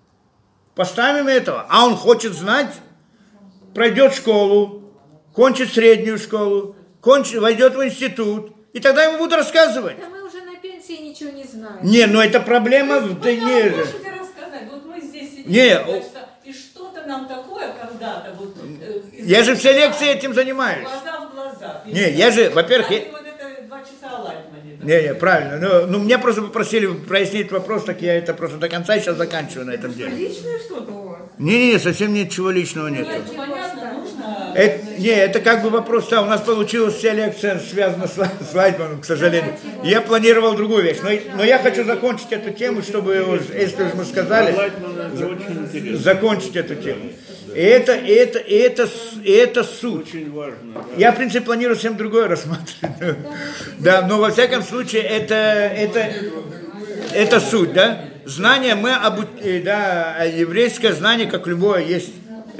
Поставим этого. А он хочет знать, пройдет школу, кончит среднюю школу, кончит, войдет в институт, и тогда ему будут рассказывать. Да мы уже на пенсии ничего не знаем. Не, ну это проблема... Вы Да нам не, можете рассказать, вот мы здесь сидим, Не, значит, и что-то нам такое когда-то вот... э, я же все из- лекции этим занимаюсь. Глаза в глаза. Не, я же, во-первых, я- А вот это два часа о Лайтмане. Не, не, правильно. Ну, ну, меня просто попросили прояснить вопрос, так я это просто до конца сейчас заканчиваю на этом деле. Личное что-то у вас? Не-не-не, совсем ничего личного нет. Нет, понятно, нужно... Это, не, это как бы вопрос, да, у нас получилась вся лекция связана с, с Лайтманом, к сожалению. Я планировал другую вещь, но, но я хочу закончить эту тему, чтобы, уж, если уж мы сказали, за- закончить эту тему. И это, и это, и это, с- и это суть. Очень важно. Да. Я, в принципе, планирую совсем другое рассматривать. Да, но во всяком случае, это, это, это суть, да. Знание мы обу... э, да, еврейское знание, как любое, есть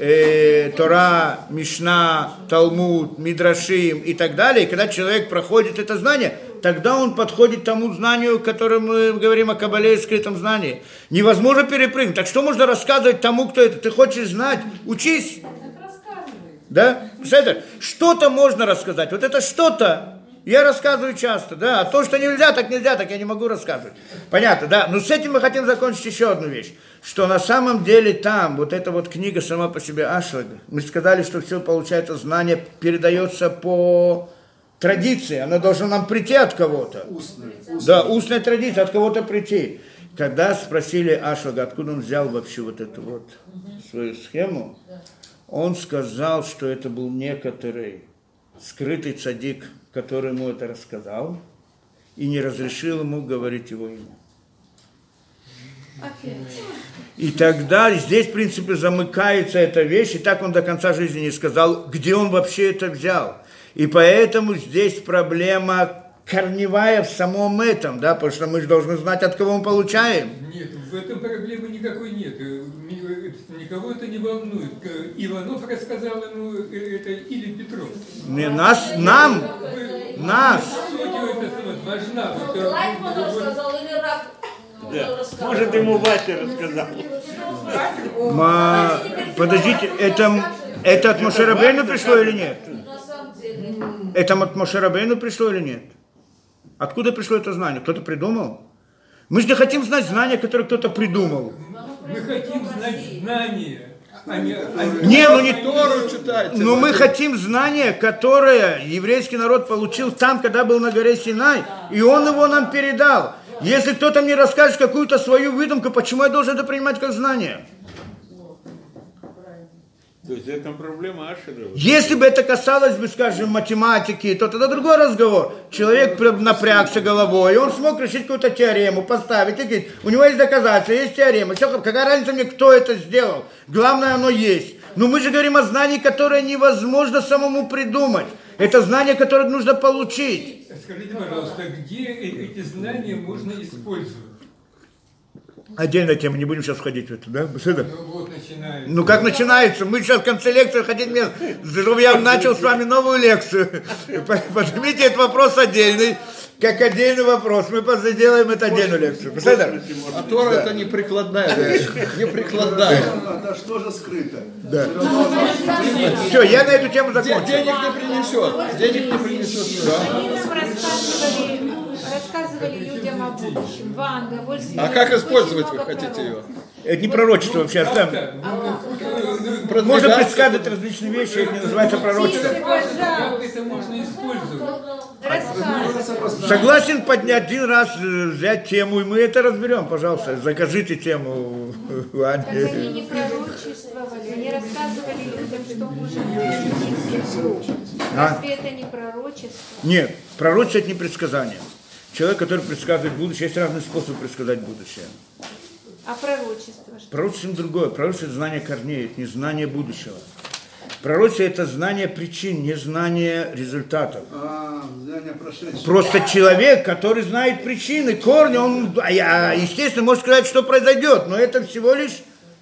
э, Тора, Мишна, Талмуд, Мидрашим и так далее. И когда человек проходит это знание, тогда он подходит к тому знанию, о котором мы говорим о кабале и скрытом знании. Невозможно перепрыгнуть. Так что можно рассказывать тому, кто это? Ты хочешь знать? Учись. Да? Что-то можно рассказать. Вот это что-то я рассказываю часто, да. А то, что нельзя, так нельзя, так я не могу рассказывать. Понятно, да. Но с этим мы хотим закончить еще одну вещь. Что на самом деле там, вот эта вот книга сама по себе Ашлаг, мы сказали, что все, получается, знание передается по традиции. Оно должно нам прийти от кого-то. Устная. Да, устная традиция, от кого-то прийти. Когда спросили Ашлага, откуда он взял вообще вот эту вот свою схему, он сказал, что это был некоторый скрытый цадик, который ему это рассказал, и не разрешил ему говорить его имя. И тогда здесь, в принципе, замыкается эта вещь, и так он до конца жизни не сказал, где он вообще это взял. И поэтому здесь проблема корневая в самом этом, да, потому что мы же должны знать, от кого мы получаем. Нет, в этом проблемы никакой нет. Никого это не волнует. Иванов рассказал ему это или Петров. Не, нас, нам, Вы, нас. Суть это вот важна. Вот, Лайтман вот, рассказал или Рак? Да. Может, ему Вася рассказал. Ма... Подождите, это, это от Моше Рабейну пришло или нет? На самом деле. Это от Моше Рабейну пришло или нет? Откуда пришло это знание? Кто-то придумал? Мы же не хотим знать знания, которые кто-то придумал. мы хотим знать знания. А не, а Не, ну не Тору читайте. Но мы хотим знания, которое еврейский народ получил там, когда был на горе Синай, и он его нам передал. Если кто-то мне расскажет какую-то свою выдумку, почему я должен это принимать как знание? То есть это проблема Ашера. Если бы это касалось бы, скажем, математики, то тогда другой разговор. Человек напрягся головой, и он смог решить какую-то теорему, поставить, и говорит, у него есть доказательства, есть теорема. Все, какая разница мне, кто это сделал? Главное, оно есть. Но мы же говорим о знании, которое невозможно самому придумать. Это знание, которое нужно получить. Скажите, пожалуйста, где эти знания можно использовать? Отдельная тема, не будем сейчас входить в это, да? Ну вот начинается. Ну как начинается? Мы сейчас в конце лекции хотим, чтобы я начал с вами новую лекцию. Поднимите этот вопрос отдельный, как отдельный вопрос. Мы сделаем это отдельную лекцию. А Тора это не прикладная вещь. Не прикладная. Да что же скрыто? Да. Все, я на эту тему закончил. Денег не принесет. Денег не принесет. Они нам рассказывали, рассказывали людям о будущем. Ван, довольствие. А как использовать вы хотите ее? Это не пророчество вообще, оставим. Можно предсказывать различные вещи, это не называется пророчеством. Как это можно использовать? Согласен поднять один раз, взять тему, и мы это разберем, пожалуйста. Закажите тему, Ваня. Так они не пророчествовали, они рассказывали людям, что может быть. Разве это не пророчество? Нет, пророчество это не предсказание. Человек, который предсказывает будущее, есть разные способы предсказать будущее. А пророчество что? Пророчество другое. Пророчество это знание корней, это не знание будущего. Пророчество это знание причин, не знание результатов. А, знание прошедшего. Просто человек, который знает причины, корни, он, естественно, может сказать, что произойдет, но это всего лишь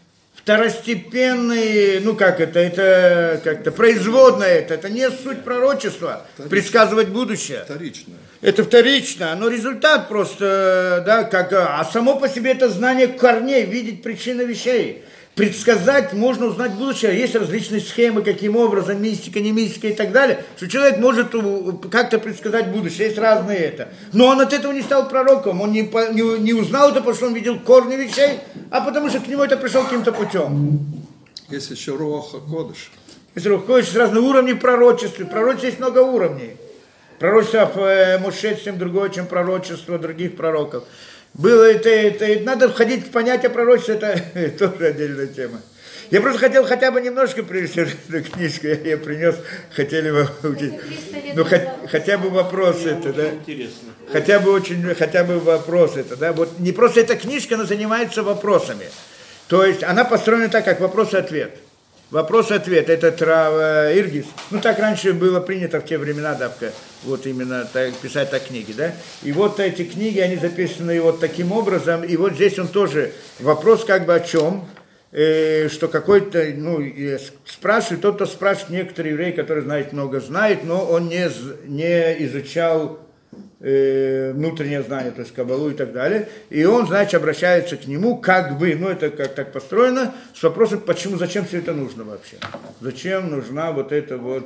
второстепенный, ну как это, это как-то производное, это, это не суть пророчества, предсказывать будущее. Вторичное. Это вторично, но результат просто, да, как, а само по себе это знание корней, видеть причины вещей. Предсказать можно узнать будущее, есть различные схемы, каким образом, мистика, не мистика и так далее, что человек может как-то предсказать будущее, есть разные это. Но он от этого не стал пророком, он не, не, не узнал это, потому что он видел корни вещей, а потому что к нему это пришло каким-то путем. Есть еще Руах ха-Кодеш. Есть Руах ха-Кодеш, разные уровни пророчества, пророчества есть много уровней. Пророчество Моше совсем другое, чем пророчество других пророков. Было это, это, это, надо входить в понятие пророчества, это тоже отдельная тема. Я просто хотел хотя бы немножко привести эту книжку, я ее принес, хотели бы учить. Ну, хотя, хотя бы вопрос это, да? Интересно. Хотя бы очень, хотя бы вопрос это, да? Вот не просто эта книжка, она занимается вопросами. То есть она построена так, как вопрос и ответ. Вопрос-ответ, это трава Иргис. Ну, так раньше было принято в те времена, давка, вот именно так, писать так книги, да. И вот эти книги, они записаны вот таким образом, и вот здесь он тоже, вопрос как бы о чем, э, что какой-то, ну, спрашивает, тот, кто спрашивает, некоторый еврей, который знает много, знает, но он не, не изучал э, внутреннее знание, то есть кабалу и так далее. И он, значит, обращается к нему, как бы, ну это как так построено, с вопросом, почему, зачем все это нужно вообще? Зачем нужна вот эта вот,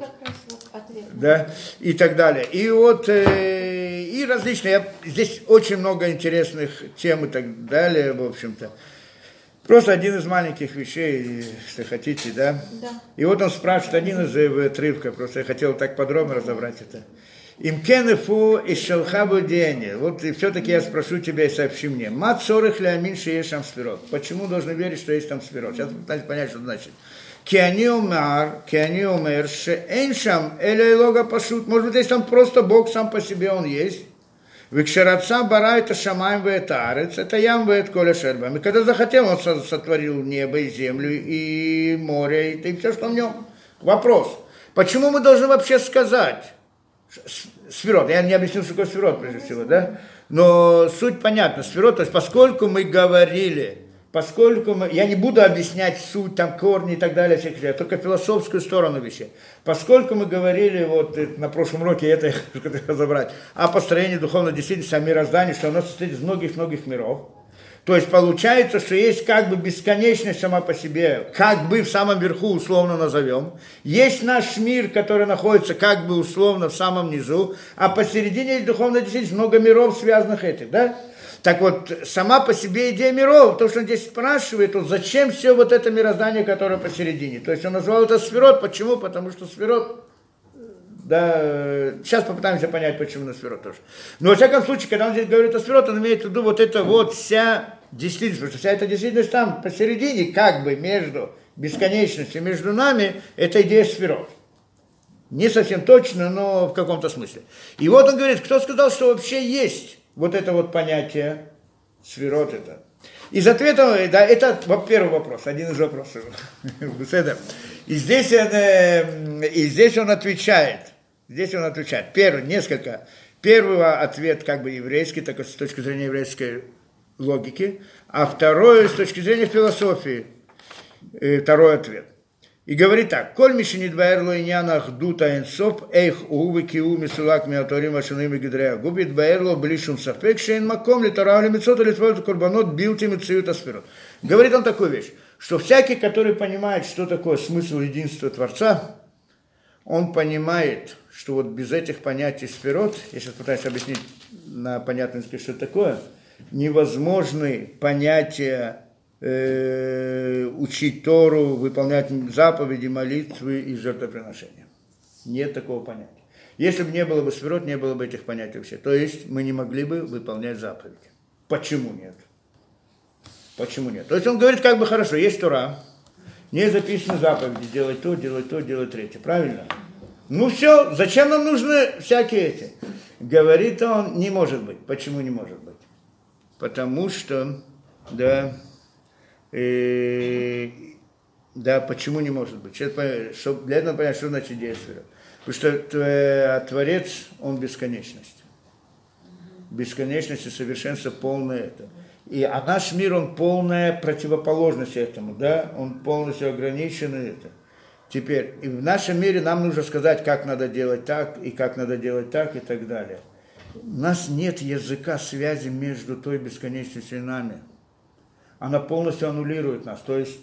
да, и так далее. И вот, э, и различные, я, здесь очень много интересных тем и так далее, в общем-то. Просто один из маленьких вещей, если хотите, да? Да. И вот он спрашивает, один из отрывков, просто я хотел так подробно разобрать это. Им кенефу и шелхабу дени. Вот и все-таки я спрошу тебя и сообщи мне. Мат сорых леамин шеешь там сферот. Почему должны верить, что есть там сферот? Сейчас пытаюсь понять, что это значит. Киани умар, киани умер, ше эншам, эля лога пашут. Может быть, есть там просто Бог сам по себе, он есть. Викшараца бара это шамаем веэтарец, это ям веет коля шербам. И когда захотел, он сотворил небо и землю, и море, и, и все, что в нем. Вопрос. Почему мы должны вообще сказать сферот? Я не объяснил, что такое сферот, прежде всего, да? Но суть понятна. Сферот, то есть поскольку мы говорили, поскольку мы... Я не буду объяснять суть, там, корни и так далее, всех, я только философскую сторону вещей. Поскольку мы говорили, вот на прошлом уроке, это я хочу разобрать, о построении духовной действительности, о мироздании, что оно состоит из многих-многих миров. То есть получается, что есть как бы бесконечность сама по себе, как бы в самом верху условно назовем. Есть наш мир, который находится как бы условно в самом низу, а посередине есть духовная действительность, много миров, связанных этих, да? Так вот, сама по себе идея миров, то, что он здесь спрашивает, вот зачем все вот это мироздание, которое посередине. То есть он назвал это сферот. Почему? Потому что сферот, да, сейчас попытаемся понять, почему на сферот тоже. Но во всяком случае, когда он здесь говорит о сферот, он имеет в виду вот это вот вся действительность, потому что вся эта действительность там посередине, как бы между бесконечностью, между нами, это идея сферот. Не совсем точно, но в каком-то смысле. И вот он говорит, кто сказал, что вообще есть вот это вот понятие сферот это. Из ответа, да, это первый вопрос, один из вопросов. И здесь он, и здесь он отвечает. Здесь он отвечает. Первый, несколько. Первый ответ как бы еврейский, так с точки зрения еврейской логики, а второй с точки зрения философии. Второй ответ. И говорит так: «Коль мишенит баэрло иньянах дута энсоп, эйх увы киу мисулак миаторим ашаным и гидрея губит баэрло блишум сафек шейн маком литарау лимицот литвоют курбанот билти мициют асферот». Говорит он такую вещь, что всякий, который понимает, что такое смысл единства Творца, он понимает, что вот без этих понятий сферот, я сейчас пытаюсь объяснить на понятном языке, что это такое, невозможны понятия учить Тору, выполнять заповеди, молитвы и жертвоприношения. Нет такого понятия. Если бы не было бы сферот, не было бы этих понятий вообще. То есть мы не могли бы выполнять заповеди. Почему нет? Почему нет? То есть он говорит, как бы хорошо, есть Тора, не записаны заповеди, делать то, делать то, делать третье. Правильно? Ну все, зачем нам нужны всякие эти? Говорит он, не может быть. Почему не может быть? Потому что, да... И, да, почему не может быть? Чтобы для этого понять, что значит идея сферот. Потому что Творец, он бесконечность. Бесконечность и совершенство полное это. И, а наш мир, он полная противоположность этому, да? Он полностью ограничен и это. Теперь, и в нашем мире нам нужно сказать, как надо делать так, и как надо делать так, и так далее. У нас нет языка связи между той бесконечностью и нами. Она полностью аннулирует нас. То есть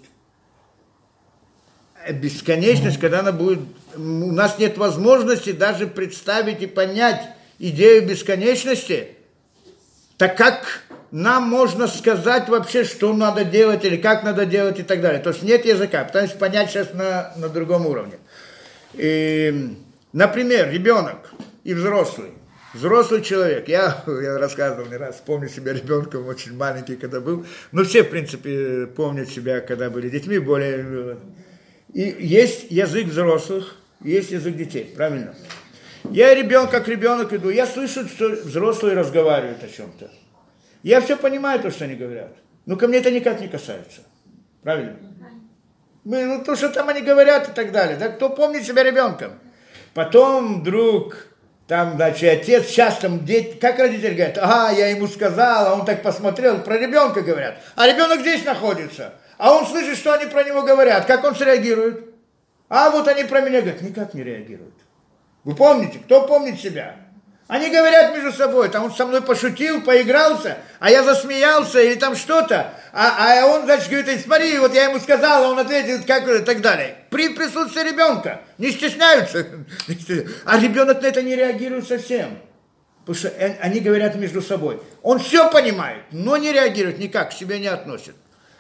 бесконечность, когда она будет... У нас нет возможности даже представить и понять идею бесконечности, так как нам можно сказать вообще, что надо делать или как надо делать и так далее. То есть нет языка. Пытаемся понять сейчас на, на другом уровне. И, например, ребенок и взрослый. Взрослый человек, я, я рассказывал не раз, помню себя ребенком очень маленький, когда был, но все, в принципе, помнят себя, когда были детьми, более... И есть язык взрослых, есть язык детей, правильно? Я ребенок, как ребенок иду, я слышу, что взрослые разговаривают о чем-то. Я все понимаю, то, что они говорят, но ко мне это никак не касается, правильно? Мы, ну, то, что там они говорят и так далее, да? Кто помнит себя ребенком? Потом вдруг... Там, значит, отец, сейчас там дети, как родители говорят, ага, я ему сказал, а он так посмотрел, про ребенка говорят, а ребенок здесь находится, а он слышит, что они про него говорят, как он среагирует? А вот они про меня говорят, никак не реагируют. Вы помните, кто помнит себя? Они говорят между собой, там он со мной пошутил, поигрался, а я засмеялся или там что-то, а, а он, значит, говорит, смотри, вот я ему сказал, а он ответит, как и так далее. При присутствии ребенка не стесняются, а ребенок на это не реагирует совсем, потому что они говорят между собой. Он все понимает, но не реагирует никак, к себе не относит.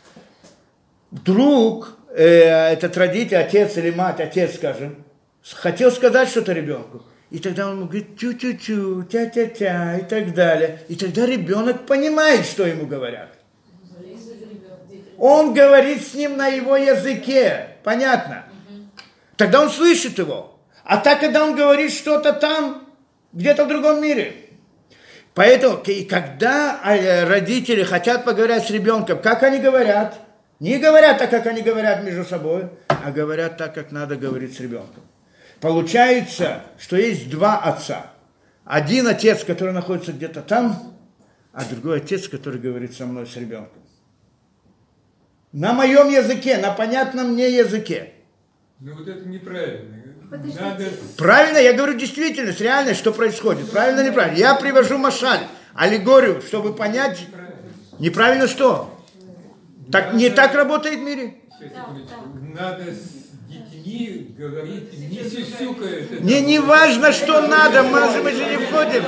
Вдруг э, этот родитель, отец или мать, отец, скажем, хотел сказать что-то ребенку. И тогда он ему говорит тю-тю-тю, тя-тя-тя и так далее. И тогда ребенок понимает, что ему говорят. Он говорит с ним на его языке. Понятно? Тогда он слышит его. А так, когда он говорит что-то там, где-то в другом мире. Поэтому, и когда родители хотят поговорить с ребенком, как они говорят? Не говорят так, как они говорят между собой, а говорят так, как надо говорить с ребенком. Получается, что есть два отца. Один отец, который находится где-то там, а другой отец, который говорит со мной, с ребенком. На моем языке, на понятном мне языке. Ну вот это неправильно. Надо... Правильно, я говорю действительность, реальность, что происходит. Правильно, неправильно. Я привожу машаль, аллегорию, чтобы понять, неправильно что. Так, надо... Не так работает в мире. Надо с детьми говорить, не сюсюкая. Не, не важно, что надо, мы, мы же не входим.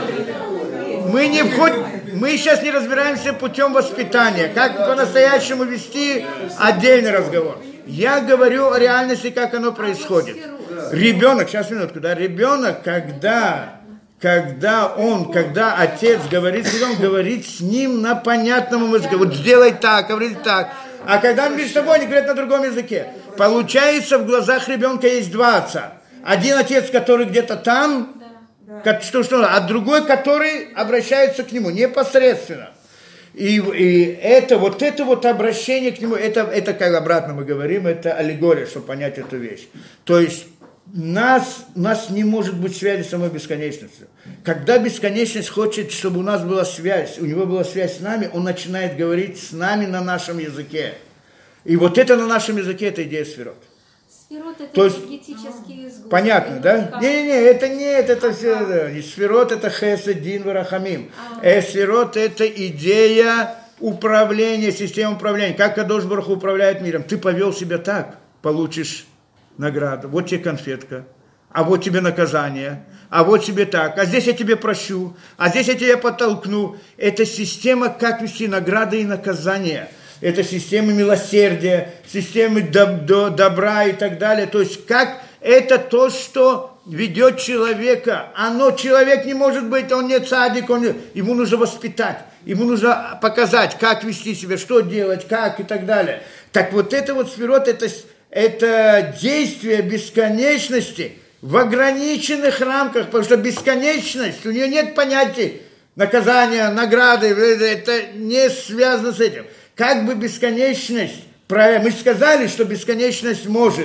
Мы не входим, мы сейчас не разбираемся путем воспитания. Как по-настоящему вести отдельный разговор. Я говорю о реальности, как оно происходит. Ребенок, сейчас минутку, да, ребенок, когда, когда он, когда отец говорит с ним, он говорит с ним на понятном языке. Вот сделай так, говори так. А когда он между собой, они говорят на другом языке. Получается, в глазах ребенка есть два отца. Один отец, который где-то там, что, что, а другой, который обращается к нему непосредственно. И, и это, вот это вот обращение к нему, это, это как обратно мы говорим, это аллегория, чтобы понять эту вещь. То есть нас, у нас не может быть связи с самой бесконечностью. Когда бесконечность хочет, чтобы у нас была связь, у него была связь с нами, он начинает говорить с нами на нашем языке. И вот это на нашем языке, это идея сферот. Сферот это то есть, энергетический изгиб. Понятно, да? Не-не-не, это нет, это все, да. Не сферот, это хесед, дин, варахамим. Э, сферот это идея управления, системы управления. Как Кадош Барух Ху управляет миром? Ты повел себя так, получишь награду. Вот тебе конфетка, а вот тебе наказание, а вот тебе так, а здесь я тебе прощу, а здесь я тебя подтолкну. Это система, как вести награды и наказания. Это система милосердия, системы доб- до- добра и так далее. То есть как это то, что ведет человека. Оно, человек не может быть, он не цадик, он не, ему нужно воспитать, ему нужно показать, как вести себя, что делать, как и так далее. Так вот это вот сферот, это, это действие бесконечности в ограниченных рамках, потому что бесконечность, у нее нет понятия наказания, награды, это не связано с этим. Как бы бесконечность, мы сказали, что бесконечность может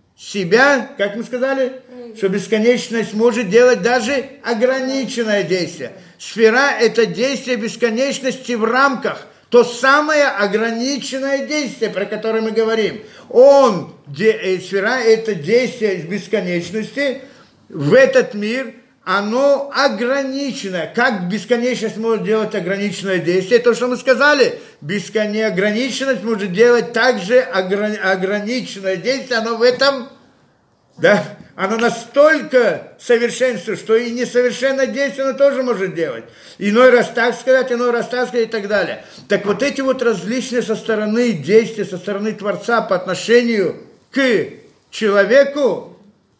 себя, как мы сказали, что бесконечность может делать даже ограниченное действие. Сфера – это действие бесконечности в рамках, то самое ограниченное действие, про которое мы говорим. Он, де, сфера – это действие бесконечности в этот мир, оно ограниченное. Как бесконечность может делать ограниченное действие? То, что мы сказали, бесконечность может делать также ограниченное действие, оно в этом, да, оно настолько совершенствует, что и несовершенное действие оно тоже может делать. Иной раз так сказать, иной раз так сказать и так далее. Так вот эти вот различные со стороны действия, со стороны Творца по отношению к человеку,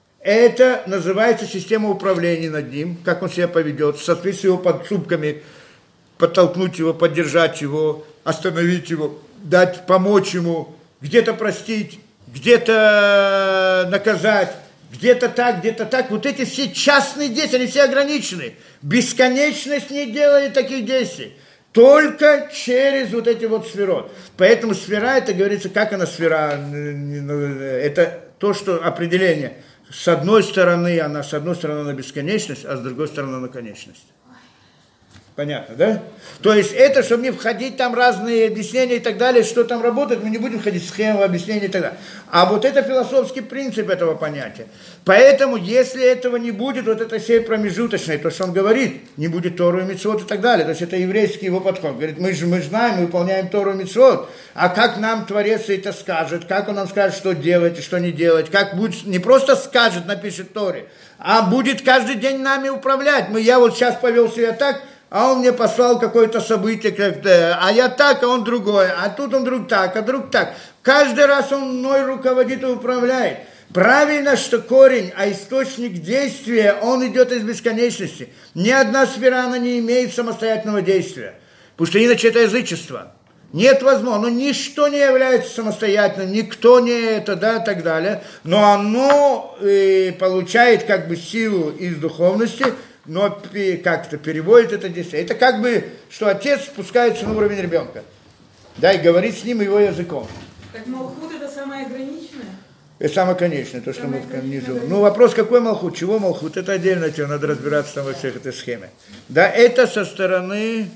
это называется система управления над ним, как он себя поведет, в соответствии с его поступками, подтолкнуть его, поддержать его, остановить его, дать, помочь ему, где-то простить, где-то наказать, где-то так, где-то так. Вот эти все частные действия, они все ограничены. Бесконечность не делает таких действий. Только через вот эти вот сферот. Поэтому сфера, это говорится, как она сфера, это то, что определение. С одной стороны, она с одной стороны на бесконечность, а с другой стороны на конечность. Понятно, да? То есть это, чтобы не входить там разные объяснения и так далее, что там работает, мы не будем входить в схему объяснений и так далее. А вот это философский принцип этого понятия. Поэтому, если этого не будет, вот это сей промежуточное, то, что он говорит, не будет Тору и Мицвот и так далее. То есть это еврейский его подход. Говорит, мы же мы знаем, мы выполняем Тору и Мицвот, а как нам Творец это скажет, как он нам скажет, что делать и что не делать, как будет, не просто скажет, напишет Торе, а будет каждый день нами управлять. Мы, я вот сейчас повел себя так, а он мне послал какое-то событие, как-то, а я так, а он другое, а тут он друг так, а друг так. Каждый раз он мной руководит и управляет. Правильно, что корень, а источник действия, он идет из бесконечности. Ни одна сфера, она не имеет самостоятельного действия. Потому что иначе это язычество. Нет возможности, но ничто не является самостоятельным, никто не это, да, и так далее. Но оно э, получает как бы силу из духовности, но как-то переводит это действие. Это как бы, что отец спускается на уровень ребенка, да, и говорит с ним его языком. Так Малхут это самое ограниченное? Это самое конечное, то, что мы внизу. Ну, вопрос, какой Малхут, чего Малхут, это отдельно, тебе надо разбираться там во всех этой схеме. Да, это со стороны...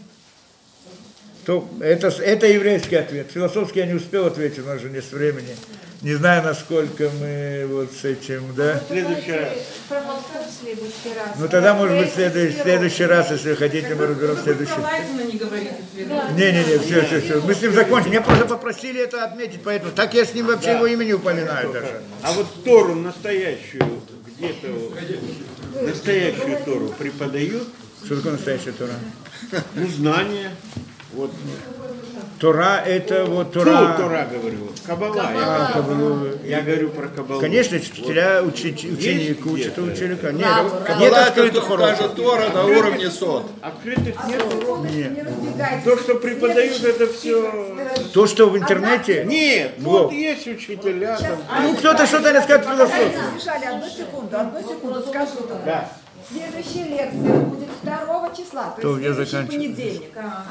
То, это, это еврейский ответ. Философский я не успел ответить, у нас же нет времени. Не знаю, насколько мы вот с этим, да. Следующий раз. Про Малхут в следующий раз. Ну тогда, может быть, в следующий, следующий раз, если хотите, мы разберем следующий. Не говорите в Не-не-не, все, все, все. Мы с ним закончим. Меня просто попросили это отметить, поэтому так я с ним вообще его имя не упоминаю даже. А вот Тору настоящую, где-то настоящую Тору преподают? Что такое настоящая Тора? Ну, знание. Вот. Тора это вот Тора. Фу, Тора говорю. Кабала. Кабала. Я, А, Кабалу. я говорю про Кабалу. Конечно, учителя, вот. учить, ученики учат ученика. Нет, Кабала нет это открытых уроков. даже Тора на уровне сот. Открытых нет уроков? Нет. То, что преподают, это все... То, что в интернете? Нет, вот, вот есть учителя. Там... Ну, кто-то что-то рассказывает философию. Мишаля, одну секунду, одну секунду, скажу только. Да. Следующая лекция будет второго числа, то, То есть я следующий заканчиваю. понедельник.